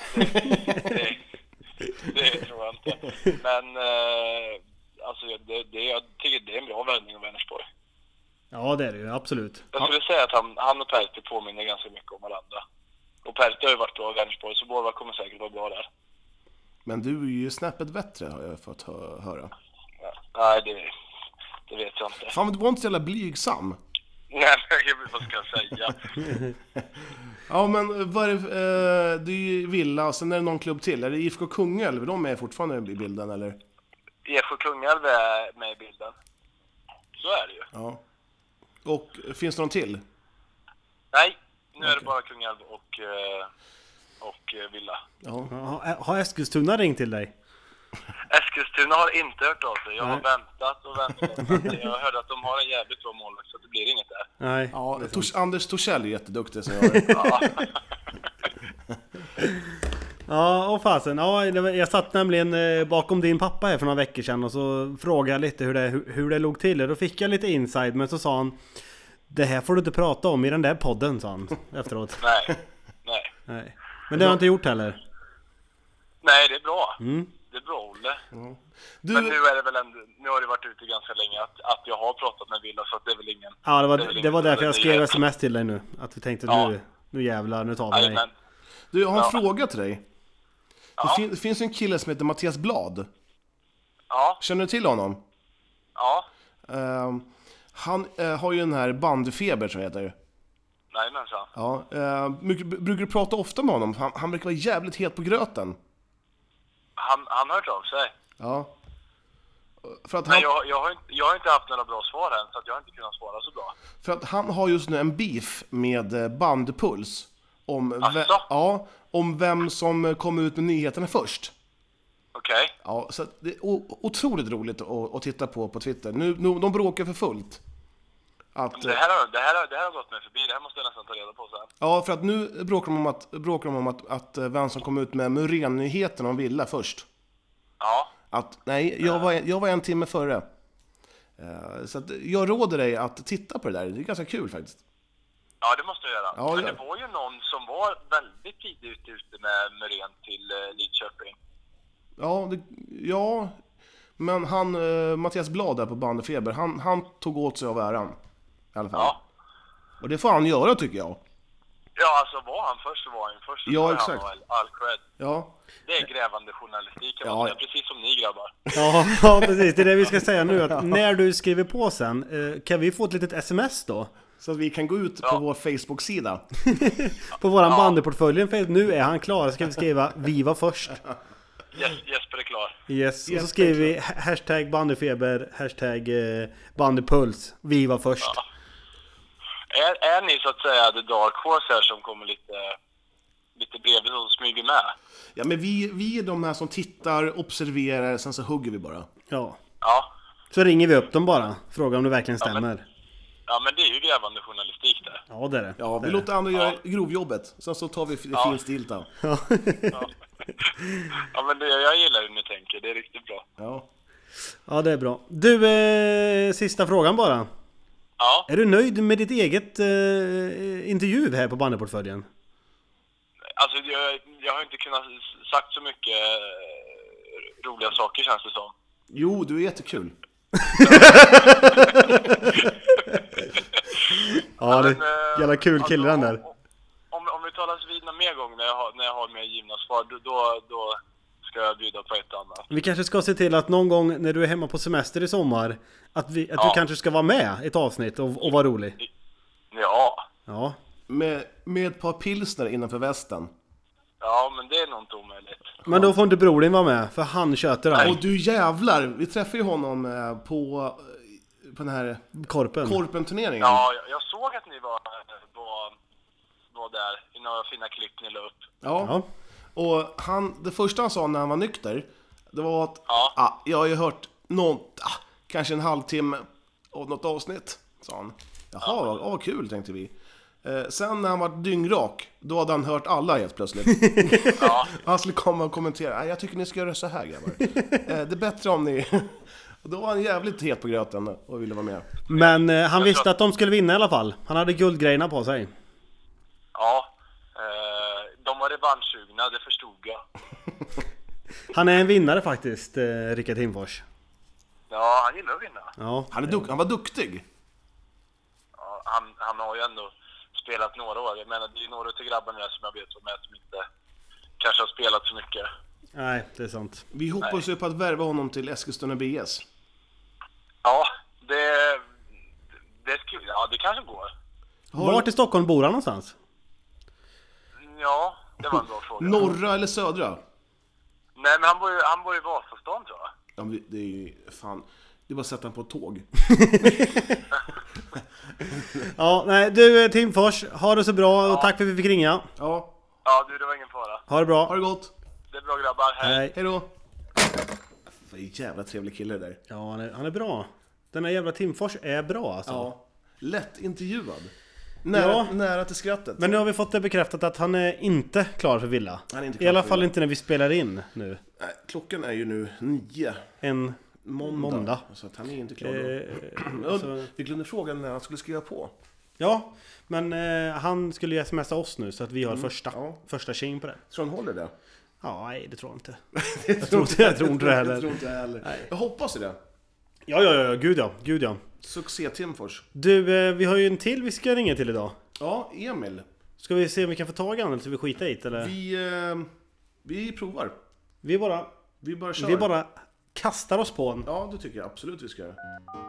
det tror jag inte. Men alltså, jag tycker det är en bra värvning av Vänersborg. Ja, det är det ju, absolut. Jag skulle säga att han och Pertti påminner ganska mycket om varandra. Och Pertti har ju varit bra i Vänersborg, så båda kommer säkert vara bra där. Men du är ju snäppet bättre, har jag fått höra. Ja, nej, det vet jag inte. Fan, du var inte så jävla blygsam. Nej, vad ska jag säga? Ja, men vad är det, det är ju Villa, och sen är det någon klubb till. Är det IFK Kungälv? De är fortfarande i bilden, eller? IFK Kungälv är med i bilden. Så är det ju. Ja. Och finns det någon till? Nej, nu är det bara Kungälv och Villa. Ja. Har Eskilstuna ringt till dig? Eskilstuna har inte hört av sig. Jag har väntat och väntat. Jag hörde att de har en jävligt bra mål, så det blir inget där. Nej. Ja, Anders Torssell är jätteduktig, så jag Ja. Ja, och fasen. Ja, jag satt nämligen bakom din pappa här för några veckor sedan och så frågade jag lite hur det låg till. Då fick jag lite inside, men så sa han: det här får du inte prata om i den där podden, sa han efteråt. Nej. Men det har jag inte gjort heller. Nej, det är bra. Det är bra, Olle. Du... Men nu är det väl ändå, nu har det varit ute ganska länge att jag har pratat med Villa, så att det är väl ingen... Ja, det var därför jag skrev sms till dig nu. Att vi tänkte nu jävlar, nu tar vi dig. Men, Du, jag har en fråga till dig. Det finns en kille som heter Mattias Blad. ja, Känner du till honom? ja, Han har ju den här bandfeber som heter. nejmensan. Ja, brukar du prata ofta med honom? Han brukar vara jävligt het på gröten. Han har hört av sig. Ja. För att Men jag har inte haft några bra svar än, så att jag har inte kunnat svara så bra. För att han har just nu en beef med Bandpuls. Om vem som kom ut med nyheterna först. Okej. Ja, så det är otroligt roligt att titta på Twitter. Nu de bråkar för fullt. Det här har gått mig förbi, det här måste jag nästan ta reda på sen. Ja, för att nu bråkar de om att vem som kom ut med Muren-nyheterna om Villa först. Ja. Nej, jag var en timme före. Så att jag råder dig att titta på det där. Det är ganska kul faktiskt. Ja, det måste jag göra. Ja, men det var ju någon som var väldigt tidigt ute med Muren till Lidköping. Ja, men Mattias Blad där på Bandefeber, han tog åt sig av äran. I alla fall. Ja. Och det får han göra, tycker jag. Ja, alltså var han först så var han först. Så Ja, var exakt. Han all cred. Ja. Det är grävande journalistik, kan man säga. Precis som ni grabbar. Ja, precis. Det är det vi ska säga nu. Att när du skriver på sen, kan vi få ett litet sms då? Så att vi kan gå ut på vår Facebook-sida. På våran bandyportföljen. Nu är han klar. Så ska vi skriva vi var först. Jesper är klar. Yes. Och så skriver vi hashtag bandyfeber, hashtag bandypuls. Vi var först. Ja. Är ni så att säga the dark horse här som kommer lite bredvid och smyger med. Ja, men vi är de här som tittar, observerar, sen så hugger vi bara. Ja. Ja. Så ringer vi upp dem bara. Frågar om det verkligen stämmer. Ja, men det är ju grävande journalistik där. Ja, det är det. Ja, vi låter andra göra grovjobbet. Sen så tar vi det finstilta. Ja, men jag gillar hur ni tänker. Det är riktigt bra. Ja. Ja, det är bra. Du, sista frågan bara. Ja. Är du nöjd med ditt eget intervju här på bandyportföljen? Alltså, jag har inte kunnat sagt så mycket roliga saker, känns det som. Jo, du är jättekul. Ja, det Men, är jävla kul kille den där. Om vi talas vid någon mer gång när jag har mer givna svar, då ska jag bjuda på ett annat. Vi kanske ska se till att någon gång när du är hemma på semester i sommar att du kanske ska vara med i ett avsnitt och vara rolig. Ja. Ja. Med ett par pilsner innanför västen. Ja, men det är nog inte omöjligt. Men då får inte bror din vara med, för han köter Och allt. du jävlar, vi träffade ju honom på den här Korpen-turneringen. Ja, jag såg att ni var där i några fina klipp ni la upp. Ja. Och det första han sa när han var nykter, det var att jag har ju hört kanske en halvtimme av något avsnitt, sa han. Jaha, vad kul, tänkte vi. Sen när han var dyngrak, då hade han hört alla helt plötsligt. Han skulle komma och kommentera. Jag tycker ni ska göra så här, grabbar. Det är bättre om ni... Då var han jävligt het på gröten och ville vara med. Men han visste att de skulle vinna i alla fall. Han hade guldgrejerna på sig. Ja, de var revanschsugna, det förstod jag. Han är en vinnare faktiskt, Rickard Timfors. Ja, han gillar att vinna. Ja. Han var duktig. Ja, han har ju ändå spelat några år. Jag menar, det är några till grabbarna som jag vet som inte kanske har spelat så mycket. Nej, det är sant. Vi hoppas ju på att värva honom till Eskilstuna BS. Ja, det kanske går. Vart i Stockholm bor han någonstans? Ja, det var en bra fråga. Norra eller södra? Nej, men han bor i Vasastan, tror jag. Ja, men det är ju fan... Det är bara att sätta honom på ett tåg. Ja, nej, du Timfors, ha det så bra och tack för att vi fick ringa. Ja, Det var ingen fara. Ha det bra. ha det gott. Det är bra, grabbar. Hej. Hej då. Vad jävla trevlig kille det där. Ja, han är bra. Den här jävla Timfors är bra alltså. Ja. Lätt intervjuad. Ja. Nära till skrattet. Men nu har vi fått det bekräftat att han är inte klar för Villa. Han är inte klar I alla för fall Villa. inte när vi spelar in nu. Nej, klockan är ju nu 9. En måndag. Så att han är inte klar då. så- Vi glömde fråga när han skulle skriva på. Ja, men han skulle ju smsa oss nu så att vi har första tjing på det. Tror han håller det? Ja, nej, det tror jag inte. jag tror inte det heller. Jag tror inte jag heller. Jag hoppas det. Ja, gud ja. Succé Timfors. Du, vi har ju en till vi ska ringa till idag. Ja, Emil. Ska vi se om vi kan få tag i honom eller så vi skita hit eller? Vi provar. Vi bara kör. Vi bara kastar oss på honom. Ja, det tycker jag absolut vi ska göra.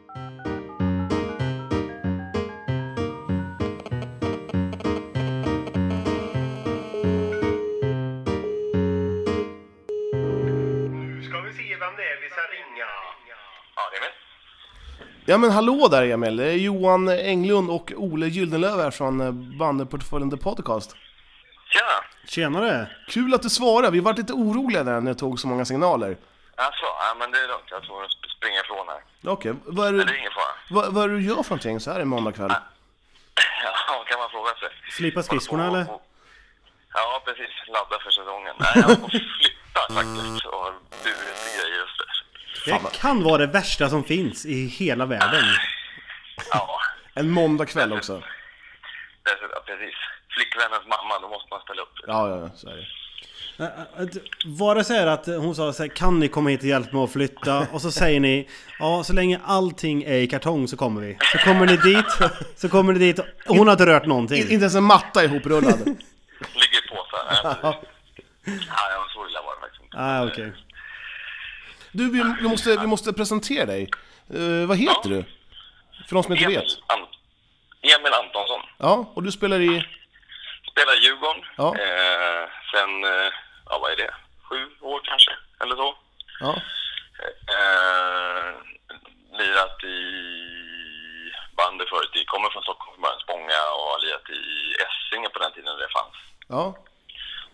Nu ska vi se vem det är vi ska ringa. Ja, det är med. Ja men hallå där Emil, det är Johan Englund och Ole Gyldenlöv här från Bandyportföljen The Podcast. Tjena! Tjenare! Kul att du svarar, vi var lite oroliga där när det tog så många signaler. Alltså, men det är lugnt. Jag tror att springa ifrån här. Okej, vad är Det är det ingen fara. vad är det du gör för någonting så här en måndagkväll? Ja, kan man fråga sig. Slipa skridskorna eller? Ja, precis. Ladda för säsongen. Nej, jag har fått flytta faktiskt och har burit grejer och så. Det kan vara det värsta som finns i hela världen. Ja, En måndagkväll också. precis. Flickvännens mamma, då måste man ställa upp. Ja, så är det. Var det så här att hon sa så här, kan ni komma hit och hjälpa mig att flytta? Och så säger ni, ja så länge allting är i kartong så kommer vi. Så kommer ni dit och hon har inte rört någonting. Inte ens en matta ihoprullad. Ligger på så här. Ja, så illa var det faktiskt inte. Okej. Du, vi måste presentera dig. Vad heter du? För de som inte vet. Emil Antonsson. Ja, och du spelar i... Spelar i Djurgården. Ja. Sen, vad är det? 7 år kanske, eller så. Ja. Lirat i bandy förut. Kommer från Stockholm, från Spånga och har lirat i Essinge på den tiden det fanns. Ja.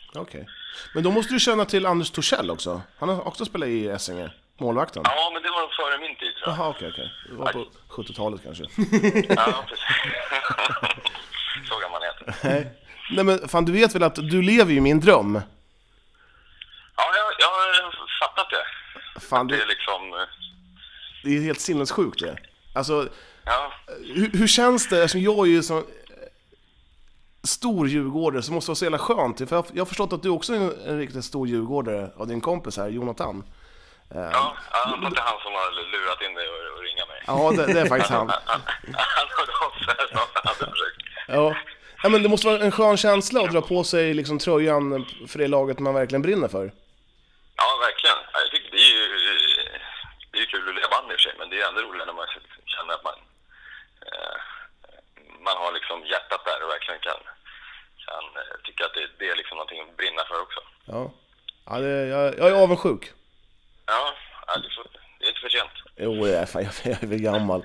Okej. Men då måste du känna till Anders Torssell också. Han har också spelat i Essinge, målvakten. Ja, men det var före min tid, tror jag. Jaha, okej. Det var på 70-talet kanske. Ja, precis. Så gammal heter. Nej men fan, du vet väl att du lever ju min dröm? Ja, jag har fattat det. Fan, Det är liksom... det är helt sinnessjukt det. Alltså, Ja, hur känns det? Alltså, jag är ju så stor djurgårdare, så måste det vara så jävla skönt. För jag har förstått att du också är en riktigt stor djurgårdare av din kompis här, Jonathan. ja, det är inte han som har lurat in dig och ringa mig. Ja, det är faktiskt han. Han hörde av sig så han hade försökt. Ja, men det måste vara en skön känsla att dra på sig liksom tröjan för det laget man verkligen brinner för. Ja, verkligen. Jag tycker det är ju kul att leva band i och för sig, men det är ändå roligt när man känner att man har liksom hjärtat där och verkligen kan tycka att det är liksom någonting att brinna för också. Ja, jag är avundsjuk. Ja, det är inte för sent. Jo, jag är väl gammal.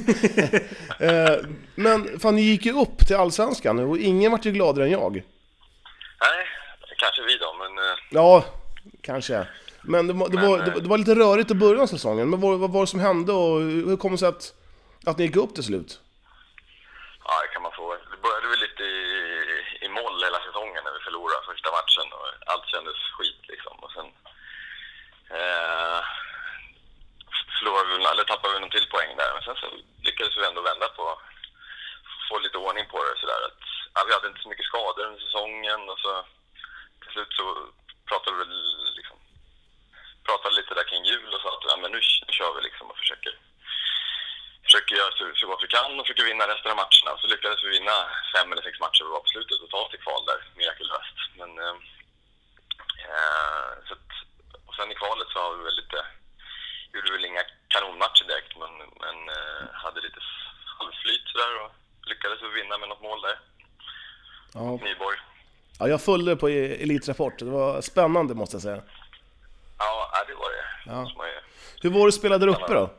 Men fan, ni gick ju upp till Allsvenskan och ingen vart ju gladare än jag. Nej, kanske vi då, men... Ja, kanske. Men det var lite rörigt i början av säsongen. Men vad var det som hände och hur kom det sig att ni gick upp till slut? Ja, det kan man fråga. Det började väl lite i moll hela säsongen när vi förlorade första matchen och allt kändes skit liksom. Och sen tappade vi någon till poäng där. Men sen så lyckades vi ändå vända på, få lite ordning på det sådär. Vi hade inte så mycket skador under säsongen och så till slut så pratade vi lite där kring jul och sa att men nu kör vi liksom och försöker göra så gott vi kan och försöker vinna resten av matcherna. Och så lyckades vi vinna 5 eller 6 matcher vi var på slutet och ta till kval där, mirakulöst. Men och sen i kvalet så har vi väl gjorde väl inga kanonmatcher direkt, men hade lite halvflyt sådär och lyckades vi vinna med något mål där. Ja. Nyborg. Ja, jag följde på Elitrapport. Det var spännande måste jag säga. Ja, det var det. Ja. Hur var det att spela där uppe då?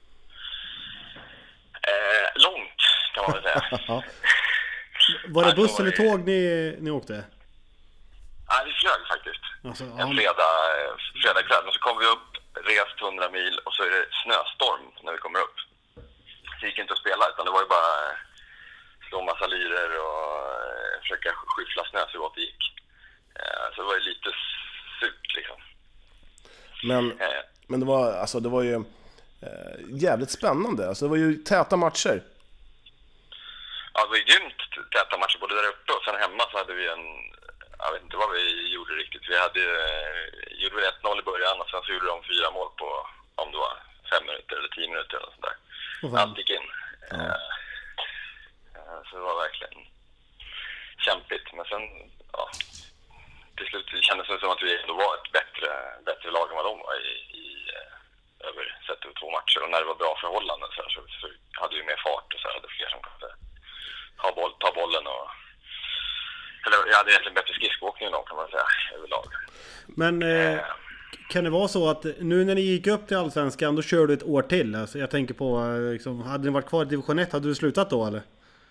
Långt kan man väl säga. Var det buss eller tåg ni åkte? Ja, vi flög faktiskt. Alltså, En fredag kväll. Men så kom vi upp, rest 100 mil och så är det snöstorm när vi kommer upp. Så det gick inte att spela utan det var ju bara slå massa lyrer och försöka skyffla snö så gott det gick. Så det var ju lite surt liksom. Men det var ju jävligt spännande. Alltså det var ju täta matcher. Ja, det var ju grymt täta matcher både där uppe och sen hemma så hade vi jag vet inte vad vi gjorde riktigt. Vi gjorde 1-0 i början och sen så gjorde de 4 mål på om det var 5 minuter eller 10 minuter eller sånt där. Allt gick in. Ja. Så det var verkligen kämpigt. Men sen, till slut kändes det som att vi ändå var ett bättre lag än vad de var sett över 2 matcher. Och när det var bra förhållanden så hade vi mer fart och så hade fler som kunde ta bollen och... Eller jag hade egentligen bättre skridskoåkning än dem kan man säga, överlag. Men kan det vara så att nu när ni gick upp till Allsvenskan, då kör du ett år till? Alltså, jag tänker på, liksom, hade ni varit kvar i division 1, hade du slutat då eller?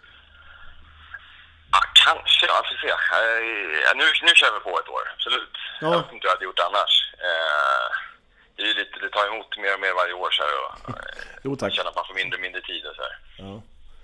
Ja, kanske. Jag får se. Nu kör vi på ett år, absolut. Ja. Jag vet inte vad jag hade gjort annars. Det är ju lite, det tar emot mer och mer varje år så här, och Jo, tack. känner att man får mindre och mindre tid och så här. Ja.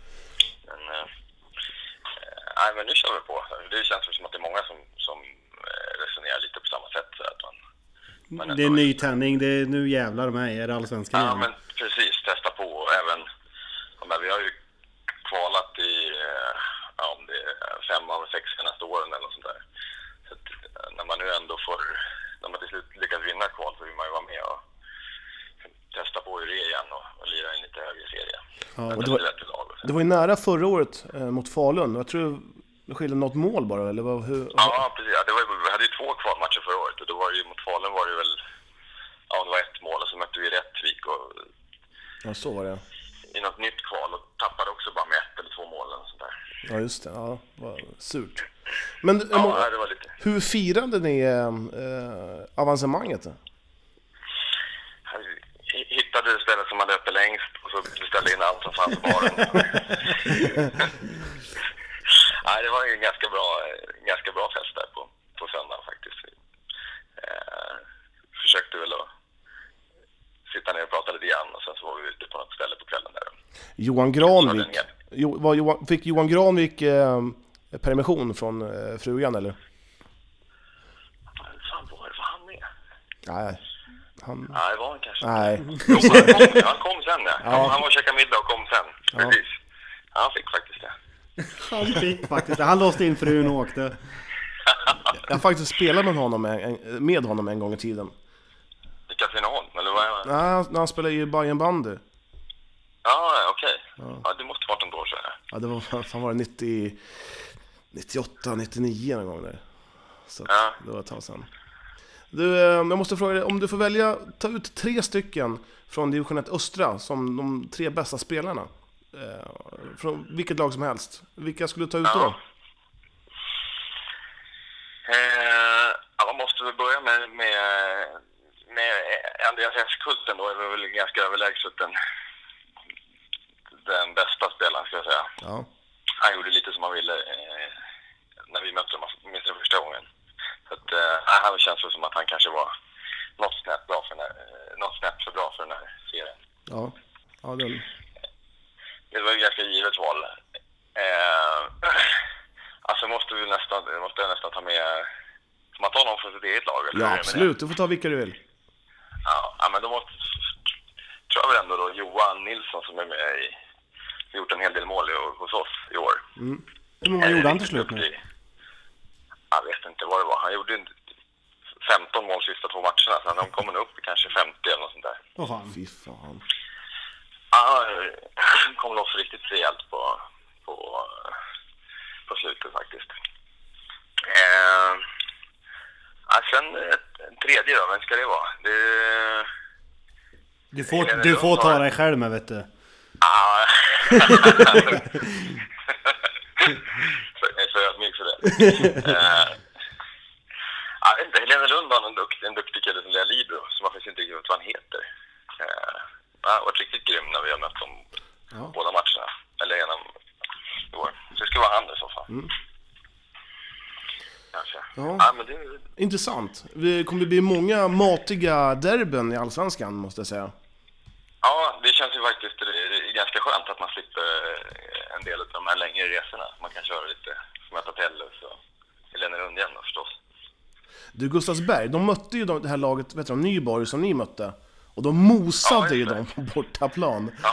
Men nu kör vi på. Det känns som att det är många som resonerar lite på samma sätt. Så att man Det är ny tändning, det är nu jävlar med är det Allsvenskan igen. Ja, men precis. Testa på. Och även, vi har ju kvalat i om det är 5 av 6 senaste åren eller något sånt där. Så att, när man nu ändå när man till slut lyckas vinna kval så vill man ju vara med och testa på hur det är igen och lira in lite högre serie. Ja, och det var ju nära förra året mot Falun. Jag tror det skilde något mål bara, eller hur? Ja, precis. Ja, vi hade ju 2 kvalmatcher förra året och då var det ju mot Falun var det väl det var 1 mål och så mötte vi Rättvik och ja, så var det. I något nytt kval och tappade också bara med 1 eller 2 mål och sånt där. Ja, just det. Ja, var surt. Men det var lite. Hur firade ni avancemanget då? Hittade det stället som hade öppet längst och så beställde in allt som fanns på baren. Nej, det var ju en ganska bra fest där på söndagen Johan Granvik. Fick Johan Granvik permission från frugan eller? Fan, var han med? Nej. Nej, var han kanske. Nej. Han kom sen, ja. Han var och käkade middag och kom sen. Precis. Han fick faktiskt det. Han fick faktiskt det. Han låste in frun och åkte. Jag har faktiskt spelat med honom en gång i tiden. I Katrineholm, eller vad är det? Nej, när han spelade i Bayern Bandy. Ja, okej. Ja, det måste varit en år sedan. Ja, det var 98, 99 någon gång där. Så det var ett tag sedan. Du, jag måste fråga dig, om du får välja, ta ut 3 stycken från division 1 Östra som de 3 bästa spelarna. Från vilket lag som helst. Vilka skulle du ta ut då? Man måste väl börja med Andreas Eskulten då, är väl ganska överlägset den bästa spelaren, ska jag säga. Ja. Han gjorde lite som han ville när vi mötte honom, minst den första gången. Så att, han känns som att han kanske var något snäpp för bra för den här serien. Ja. Det var ju ganska givet val. Alltså måste jag nästan ta med... Får man ta någon från sitt eget lag? Eller? Ja, absolut. Du får ta vilka du vill. Ja, men då tror jag väl ändå då Johan Nilsson som är med gjort en hel del mål hos oss i år. Mm. Hur många gjorde han till slut nu? Jag vet inte vad det var. Han gjorde 15 mål sista 2 matcherna. Så de kommer upp i kanske 50 eller något sånt där. Vad fan? Fy fan. Han kom loss riktigt rejält på slutet faktiskt. Sen en tredje då, vem ska det vara? Du får ta dig själv med, vet du. Ja. Jag är så ödmjuk för det. Jag vet inte, Helena Lund var en duktig kille som leder Libro, som man faktiskt inte vet vad han heter. Han har varit riktigt grym när vi har mött dem båda matcherna. Eller genom år. Så det ska vara han i så fall. Ja. Men det... Intressant. Det kommer bli många matiga derbyn i Allsvenskan, måste jag säga. Ja, det känns ju faktiskt ganska skönt att man slipper en del av de här längre resorna. Man kan köra lite möta Tellus och Helena Lund igen förstås. Du, Gustavsberg, de mötte ju det här laget, vet du, Nyborg som ni mötte. Och de mosade ju dem på bortaplan. Ja.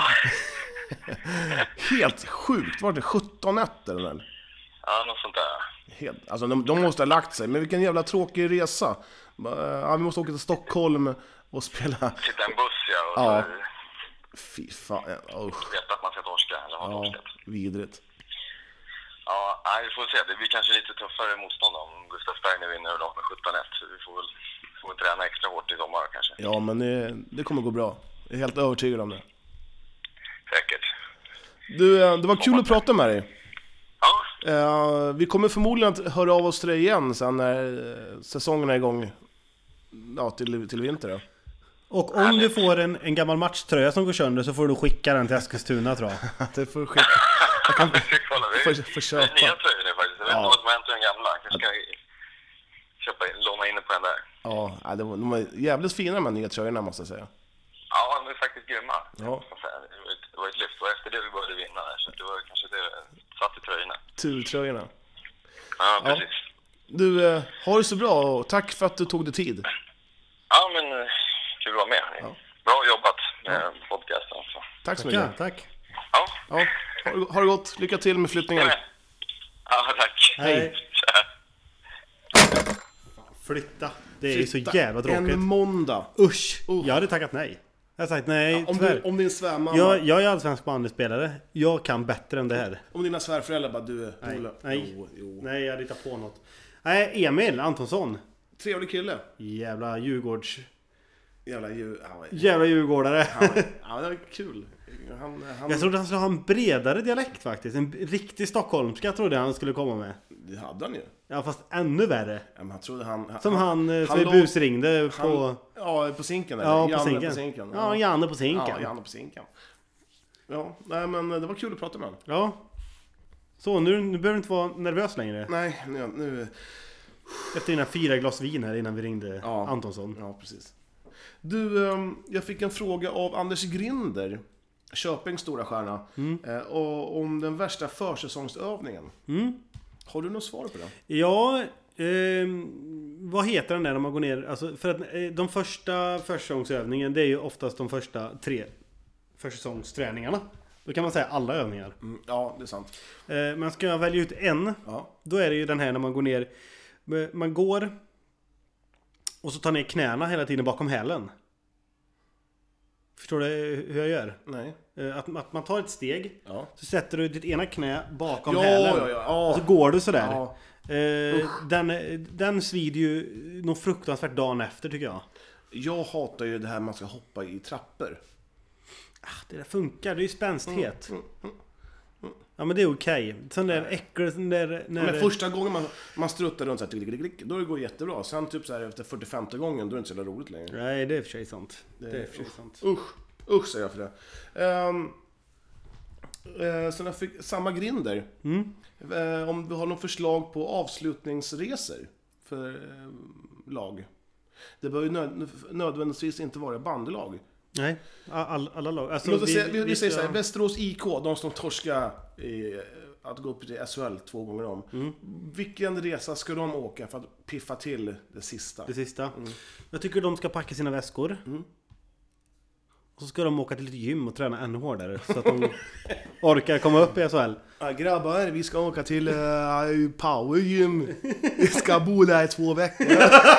Helt sjukt, var det 17-1 eller? Ja, något sånt där. Helt, alltså de måste ha lagt sig, men vilken jävla tråkig resa. Vi måste åka till Stockholm och spela. Sitta en buss, och ja. så... Fy fan, Veta att man ska torska, eller ha torskat. Vidrigt. Ja, vi får se. Det blir kanske lite tuffare motstånd om Gustavsberg nu vinner med 17-1. Så vi får väl träna extra hårt i sommar kanske. Ja, men det kommer gå bra. Jag är helt övertygad om det. Säkert. Du, det var kul att prata med dig. Ja. Vi kommer förmodligen att höra av oss till dig igen sen när säsongen är igång. Ja, till vinter då. Och om du får en gammal matchtröja som går sönder så får du skicka den till Eskilstuna, tror jag. Det får du skicka. Jag kan kolla, Får köpa. Det är nya tröjor nu faktiskt. Jag vet inte vad som har hänt med den gamla. Jag ska låna in på den där. Ja, de var jävligt fina de här nya tröjorna, måste jag säga. Ja, de är faktiskt grymma. Ja. Det var ett lyft och efter det vi började vinna där, så det var kanske det satt i tröjorna. Turtröjorna. Ja, precis. Du, ha det så bra och tack för att du tog dig tid. Ja, men kul att vara med. Ja. Bra jobbat med podcasten. Så. Tack så mycket. Tack. Ja. Ha det gott. Lycka till med flyttningen. Ja, tack. Hej. Tja. Flytta. Det är så jävla tråkigt. En måndag. Usch. Jag hade tackat nej. Jag har sagt nej, tyvärr. Om din svärmamma... Jag är allsvensk bandyspelare. Jag kan bättre än det här. Om dina svärföräldrar bara, du... Nej. Jo. Nej, jag hittar på något. Nej, Emil Antonsson. Trevlig kille. Jävla Djurgårds... Jävla Djurgårdare. Ja, det var kul. Jag trodde han skulle ha en bredare dialekt faktiskt. En riktig stockholmska trodde jag han skulle komma med. Det hade han ju. Ja, fast ännu värre. Ja, men han trodde han som han busringde på... Ja, på Zinken eller? Ja, Janne på Zinken. Ja, Janne på Zinken. Ja, Janne på Zinken. Ja, nej men det var kul att prata med honom. Ja. Så, nu behöver du inte vara nervös längre. Nej, nu... Efter dina 4 glas vin här innan vi ringde Antonsson. Ja, precis. Du, jag fick en fråga av Anders Grinder. Köpings stora stjärna. Och om den värsta försäsongsövningen. Har du något svar på det? Ja, vad heter den där när man går ner? Alltså, för att de första försäsongsövningen, det är ju oftast de första 3 försäsongsträningarna. Då kan man säga alla övningar. Ja, det är sant. Men ska jag välja ut en, då är det ju den här när man går ner. Man går och så tar ner knäna hela tiden bakom hälen. Förstår du hur jag gör? Nej. Att man tar ett steg, Ja. så sätter du ditt ena knä bakom hälen. Ja. Och så går du sådär. Ja. Den svider ju något fruktansvärt dagen efter, tycker jag. Jag hatar ju det här man ska hoppa i trappor. Det där funkar, det är ju spänstighet. Ja, men det är okej. Sån där äcklig, sån där... Men första gången man struttar runt så här, då går det jättebra. Sen typ så här efter 45:e gången, då är det inte så jävla roligt längre. Nej, det är för sig sant. Det är för sig sant. Usch säger jag för det. Sen jag fick samma grinder. Om du har någon förslag på avslutningsresor för lag. Det bör ju nödvändigtvis inte vara bandelag. Nej, alla lag. Alltså, Vi säger så här, Västerås IK, de som torskar att gå upp till SHL 2 gånger om. Vilken resa ska de åka för att piffa till det sista? Jag tycker de ska packa sina väskor. Och så ska de åka till ett gym och träna ännu hårdare, så att de orkar komma upp i SHL. Ja, grabbar, vi ska åka till Power Gym. Vi ska bo där i 2 veckor.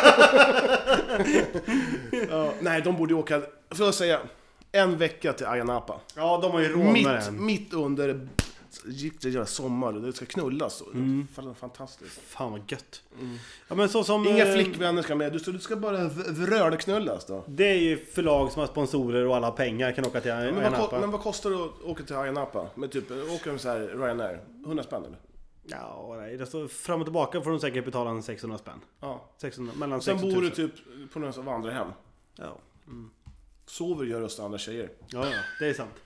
Nej, de borde åka, för att säga, 1 vecka till Ayia Napa. Ja, de har ju råd med det. Mitt under sommar, det ska knullas. Fantastiskt. Fan vad gött. Ja, men så som, inga flickvänner ska med, du ska bara rördeknullas då. Det är ju förlag som har sponsorer och alla har pengar kan åka till Ayia Napa. Men vad kostar det att åka till Ayia Napa? Med typ, åka med så här Ryanair, 100 spänn eller? Ja, nej, det står fram och tillbaka får de säkert betala en 600 spänn. Ja. 600, mellan sen 6 bor du typ på någon av andra hem. Ja. Sover gör oss andra tjejer. Ja, det är sant.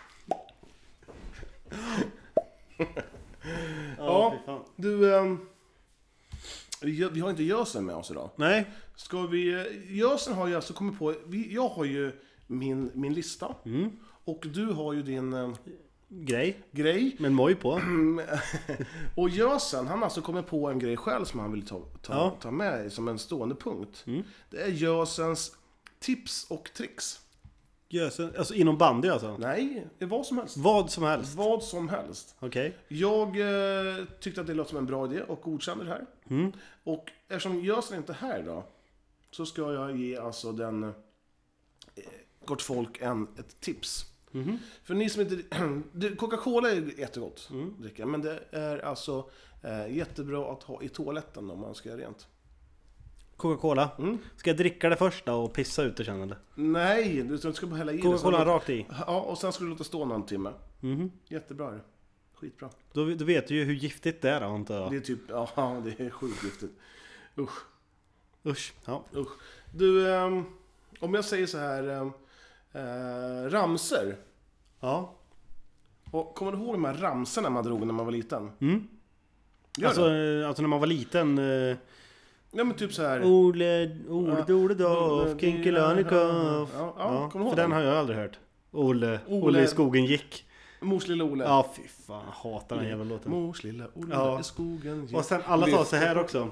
Ja, du, vi har inte Jösen med oss idag. Nej. Ska vi, Jösen har ju alltså kommit på, jag har ju min lista. Och du har ju din grej. Men moj på. Och Jösen, han har alltså kommit på en grej själv som han vill ta med som en stående punkt. Det är Jösens tips och tricks. Jösen, alltså inom bandy alltså? Nej, vad som helst. Vad som helst? Okej. Jag tyckte att det låter som en bra idé och godkände det här. Och eftersom Jösen inte är här då, så ska jag ge alltså den gott folk ett tips. För ni som inte... Coca-Cola är jättegott att dricka, men det är alltså jättebra att ha i toaletten om man ska göra rent. Coca-Cola? Ska jag dricka det första och pissa ut det, känner du? Nej, du ska bara hälla i Coca-Cola rakt i? Ja, och sen ska du låta stå någon timme. Jättebra det. Skitbra. Då vet du ju hur giftigt det är då, antar jag. Det är typ, ja, det är sjukt giftigt. Usch. Ja. Du, om jag säger så här, ramser. Ja. Och kommer du ihåg de här ramserna man drog när man var liten? Alltså när man var liten... Ja, men typ så här. Ole Doff, Kinkelönikov. Ja, kommer du ihåg för den har jag aldrig hört. Ole i skogen gick. Mors lilla Ole. Ja, fy fan, jag hatar den jävla låten. Mors lilla Ole i skogen gick. Och sen alla sa så här också.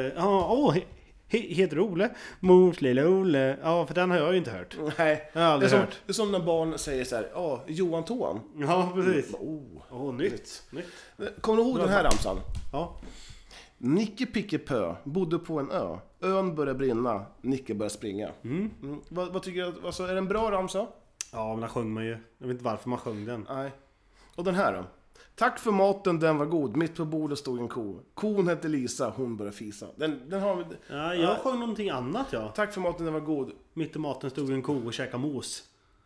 Heter du Ole? Mors lilla Ole. Ja, för den har jag ju inte hört. Nej, jag har aldrig hört. Det är som när barn säger så här, Johan Tån. Ja, precis. Nytt. Kommer du ihåg den här ramsan? Ja. Nicke Picke Pö bodde på en ö. Ön började brinna, Nicke började springa. Vad tycker du? Alltså, är det en bra ramsa? Ja, men den sjöng man ju. Jag vet inte varför man sjöng den. Nej. Och den här då? Tack för maten, den var god. Mitt på bordet stod en ko. Kon hette Lisa, hon började fisa. Den har vi... Ja, jag sjöng någonting annat, ja. Tack för maten, den var god. Mitt i maten stod en ko och käkade mos.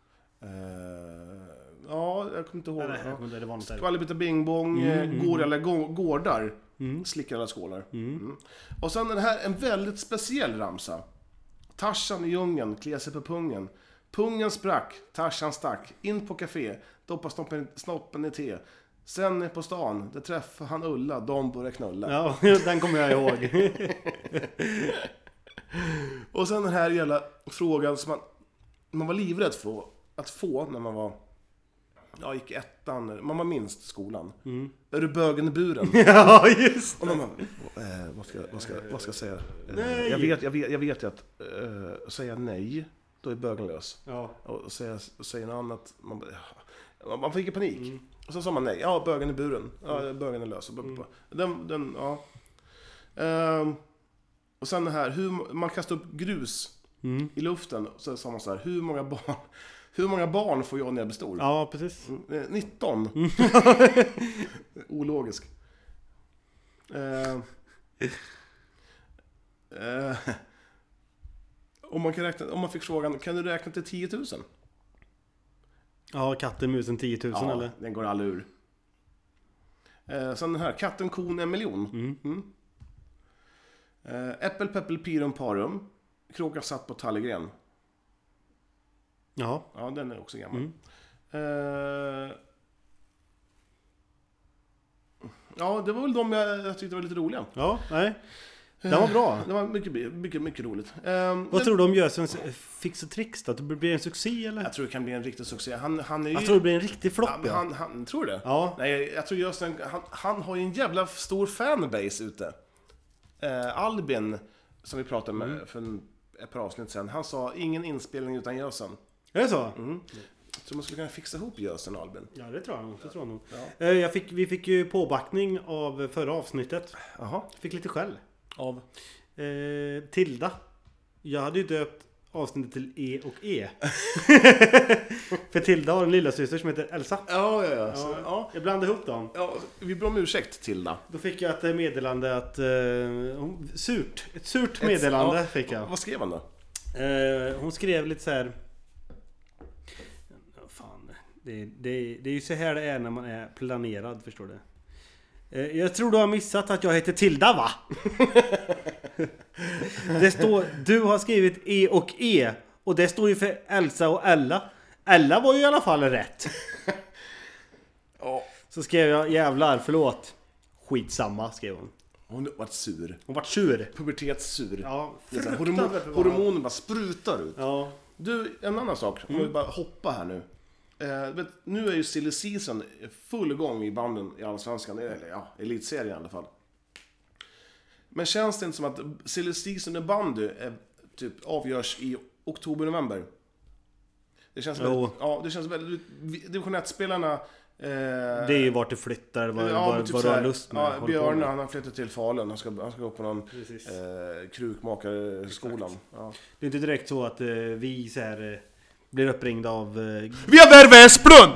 Ja, jag kommer inte ihåg. Nej, det var något där. Skvallerbita bing bong, går i alla gårdar. Slickar alla skålar. Och sen den här, en väldigt speciell ramsa. Tarzan i djungeln, klär sig på pungen. Pungen sprack, Tarzan stack. In på café, doppa snoppen i te. Sen på stan, där träffade han Ulla, de började knulla. Ja, den kommer jag ihåg. Och sen den här jävla frågan som man var livrädd för att få när man var Jag gick ettan, man var minst skolan. Är du bögen i buren? Ja, just Och man, vad ska jag säga? Nej. Jag vet ju att säga nej, då är bögen lös. Ja. Och säga något annat, man fick panik. Och så sa man nej, ja, bögen i buren. Ja, bögen är lös. Och sen det här, hur man kastar upp grus i luften. Så sa man så här, hur många barn får jag när jag blir stor? Ja, precis. 19. Ologisk. Om man fick frågan, kan du räkna till 10 000? Ja, katten, musen, 10 000 Ja, eller? den går aldrig ur. Sen den här, katten, kon, 1 miljon. Äppel, peppel, pirum, parum. Kråkan satt på tallegren. Ja. Ja, den är också gammal. Ja, det var väl de jag tyckte var lite roliga. Ja, nej. Den var bra. Det var mycket roligt. Vad tror du om Jösens fix och tricks då? Det blir en succé eller? Jag tror det kan bli en riktig succé. Han är ju... Jag tror det blir en riktig flopp. Ja, han tror det? Ja. Nej, jag tror just han har ju en jävla stor fanbase ute. Albin, som vi pratade med för ett par avsnitt sedan, han sa ingen inspelning utan Jösen. Är det så? Jag tror man skulle kunna fixa ihop Jösen och Albin. Ja, det tror jag nog. Det tror jag nog. Ja. Vi fick ju påbackning av förra avsnittet. Jaha. Fick lite skäll. Av? Tilda. Jag hade ju döpt avsnittet till E och E. För Tilda har en lilla syster som heter Elsa. Ja. Ja. Jag blandade ihop dem. Ja, vi ber om ursäkt, Tilda. Då fick jag ett meddelande att... ett surt meddelande fick jag. Vad skrev han då? Hon skrev lite så här... Fan, det är ju så här det är när man är planerad, förstår du. Jag tror du har missat att jag heter Tilda, va? Det står... Du har skrivit E och E. Och det står ju för Elsa och Ella. Ella var ju i alla fall rätt. Ja. Så skrev jag, jävlar, förlåt. Skitsamma, skrev hon. Hon vart sur. Hon vart sur. Pubertetssur. Ja, hormoner bara sprutar ut. Ja. Du, en annan sak. Om vi bara hoppa här nu. Nu är ju silly season full gång i banden i Allsvenskan. Eller ja, elitserien i alla fall. Men känns det inte som att silly season i bandy typ avgörs i oktober-november? Det känns väldigt, det känns väldigt... Division 1-spelarna... det är ju vart du flyttar, vad du har lust med. Ja, Björn, han har flyttat till Falun. Han ska gå på någon krukmakarskolan. Ja. Det är inte direkt så att vi så här, blir uppringda av... Vi har värvat Esplund!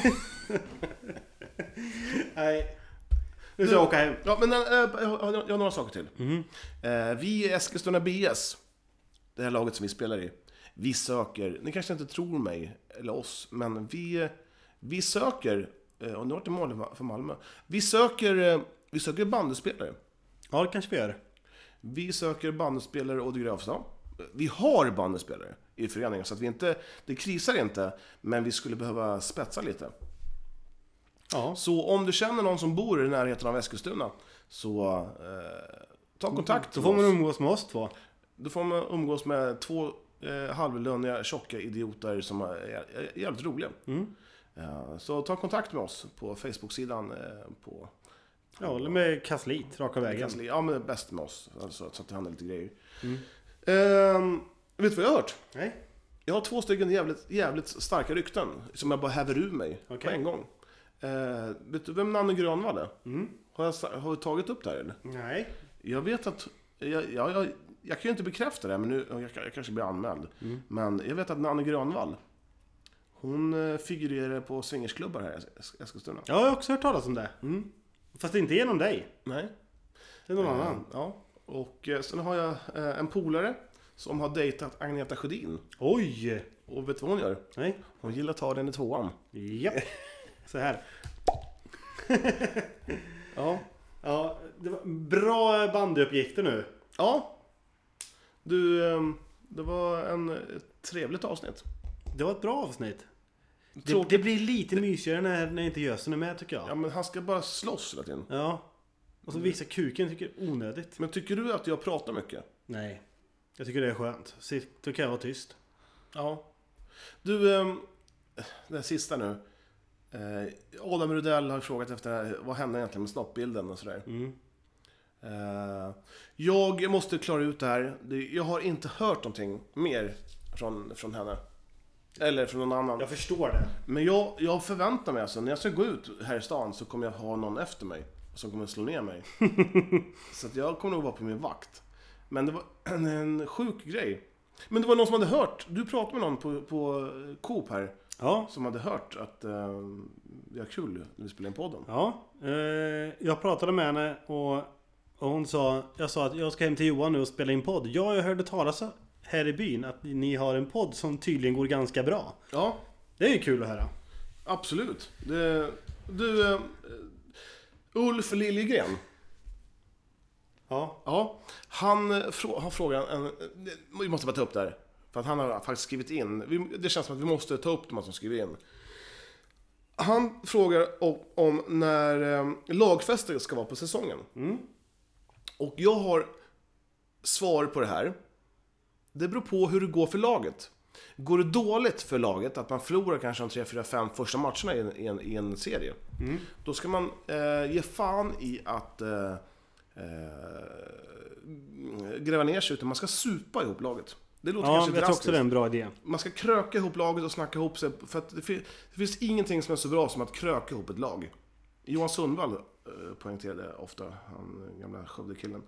Nej. Nu ska jag åka hem. Ja, men jag har några saker till. Vi i Eskilstuna BS, det här laget som vi spelar i, vi söker, ni kanske inte tror mig eller oss, men vi söker, och nu har det mål för Malmö, vi söker bandyspelare. Ja, det kanske vi gör. Vi söker bandyspelare och Grövstad. Vi har bandyspelare i föreningen, så att det krisar inte, men vi skulle behöva spetsa lite. Ja. Så om du känner någon som bor i närheten av Eskilstuna, så ta kontakt. Då får man umgås med oss två. Då får man umgås med två halvlönniga, tjocka idioter som är jävligt roliga. Så ta kontakt med oss på Facebook-sidan på... Ja, eller med kansliet, raka vägen. Ja, men det är bäst med oss, alltså, så att det händer lite grejer. Vet du vad jag har hört? Nej. Jag har 2 stycken jävligt starka rykten som jag bara häver ur mig på en gång. Vet du vem Nanne Grönvall är? Har du tagit upp det här eller? Nej. Jag vet att... Jag kan ju inte bekräfta det, men nu jag kanske blir anmäld. Men jag vet att Nanne Grönvall, hon figurerar på swingersklubbar här i Eskilstuna. Ja, jag har också hört talas om det. Fast inte genom dig. Nej. Det är någon annan. Ja. Och sen har jag en polare som har dejtat Agneta Sjödin. Oj! Och vet du vad hon gör? Nej. Hon gillar att ta den i 2:an. Japp. Så här. Ja, det var bra bandyuppgifter nu. Ja. Du, det var ett trevligt avsnitt. Det var ett bra avsnitt. Det blir lite mysigare när inte Jösen är med, tycker jag. Ja, men han ska bara slåss hela tiden. Ja. Och så visa kuken, tycker jag är onödigt. Men tycker du att jag pratar mycket? Nej. Jag tycker det är skönt. Då kan jag vara tyst. Ja. Du, det sista nu. Adam Rudell har frågat efter vad hände egentligen med snoppbilden och sådär. Jag måste klara ut det här. Jag har inte hört någonting mer från henne. Eller från någon annan. Jag förstår det. Men jag förväntar mig alltså, när jag ska gå ut här i stan så kommer jag ha någon efter mig som kommer slå ner mig. Så att jag kommer nog vara på min vakt. Men det var en sjuk grej. Men det var någon som hade hört. Du pratade med någon på Coop här. Ja. Som hade hört att det är kul när vi spelar in podden. Ja. Jag pratade med henne och hon sa... Jag sa att jag ska hem till Johan nu och spela in podd. Jag hörde talas här i byn att ni har en podd som tydligen går ganska bra. Ja. Det är ju kul att höra. Absolut. Ulf Liljegren. Ja. Han har frågan. Vi måste bara ta upp det här. För att han har faktiskt skrivit in. Det känns som att vi måste ta upp de som skriver in. Han frågar om när lagfästet ska vara på säsongen. Och jag har svar på det här. Det beror på hur det går för laget. Går det dåligt för laget, att man förlorar kanske de 3, 4, 5 första matcherna i en serie, då ska man ge fan i att gräva ner sig, utan man ska supa ihop laget. Det låter kanske drastiskt. Jag tror också det är en bra idé. Man ska kröka ihop laget och snacka ihop sig, för att det finns ingenting som är så bra som att kröka ihop ett lag. Johan Sundvall poängterade ofta, han gamla Skövdekillen.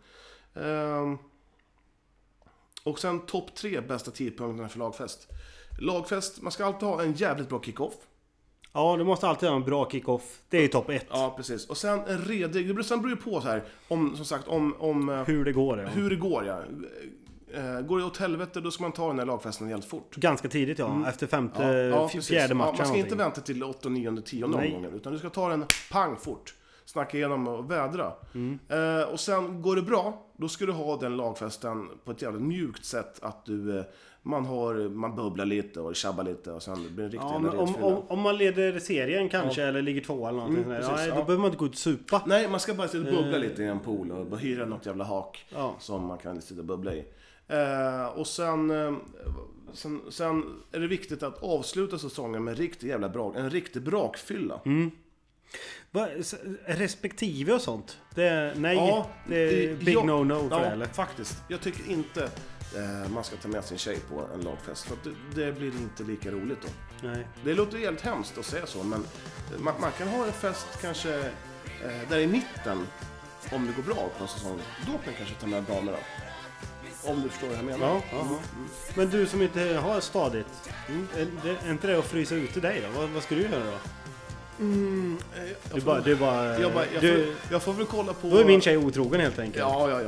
Och sen topp 3 bästa tidpunkterna för lagfest. Lagfest, man ska alltid ha en jävligt bra kick-off. Ja, du måste alltid ha en bra kick-off. Det är topp 1. Ja, precis. Och sen en redig... Sen beror ju på så här, om hur det går, ja. Hur det går, ja. Går det åt helvete, då ska man ta den här lagfesten helt fort. Ganska tidigt, ja. Efter fjärde matchen. Man ska inte vänta till 8, 9, 10 omgången, utan du ska ta den pang fort. Snacka igenom och vädra. Och sen går det bra, då ska du ha den lagfesten på ett jävligt mjukt sätt, att man bubblar lite och tjabbar lite och sen blir det riktigt om man leder serien kanske, eller ligger 2 eller någonting då behöver man inte gå ut och supa. Nej, man ska bara sitta och bubbla lite i en pool och hyra något jävla hak som man kan sitta och bubbla i. Och sen är det viktigt att avsluta säsongen med en riktig brakfylla. Respektive och sånt. Det är big no-no för det, eller? Faktiskt. Jag tycker inte man ska ta med sin tjej på en lagfest, för att det blir inte lika roligt då. Nej. Det låter helt hemskt att säga så, men man kan ha en fest kanske där i mitten, om det går bra på en säsong. Då kan man kanske ta med damerna. Om du förstår vad jag menar. Men du som inte har stadigt, är inte det att frysa ut till dig då? Vad ska du göra då? Jag får väl kolla på... Då är min tjej otrogen helt enkelt. Ja.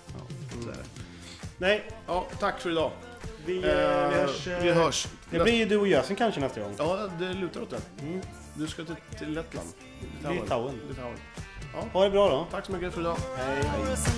Nej. Ja, tack för idag. Vi hörs. Det blir du och Jösen kanske nästa gång. Ja, det lutar åt det. Du ska till Lettland. Litauen. Ja. Ha det bra då. Tack så mycket för idag. Hej.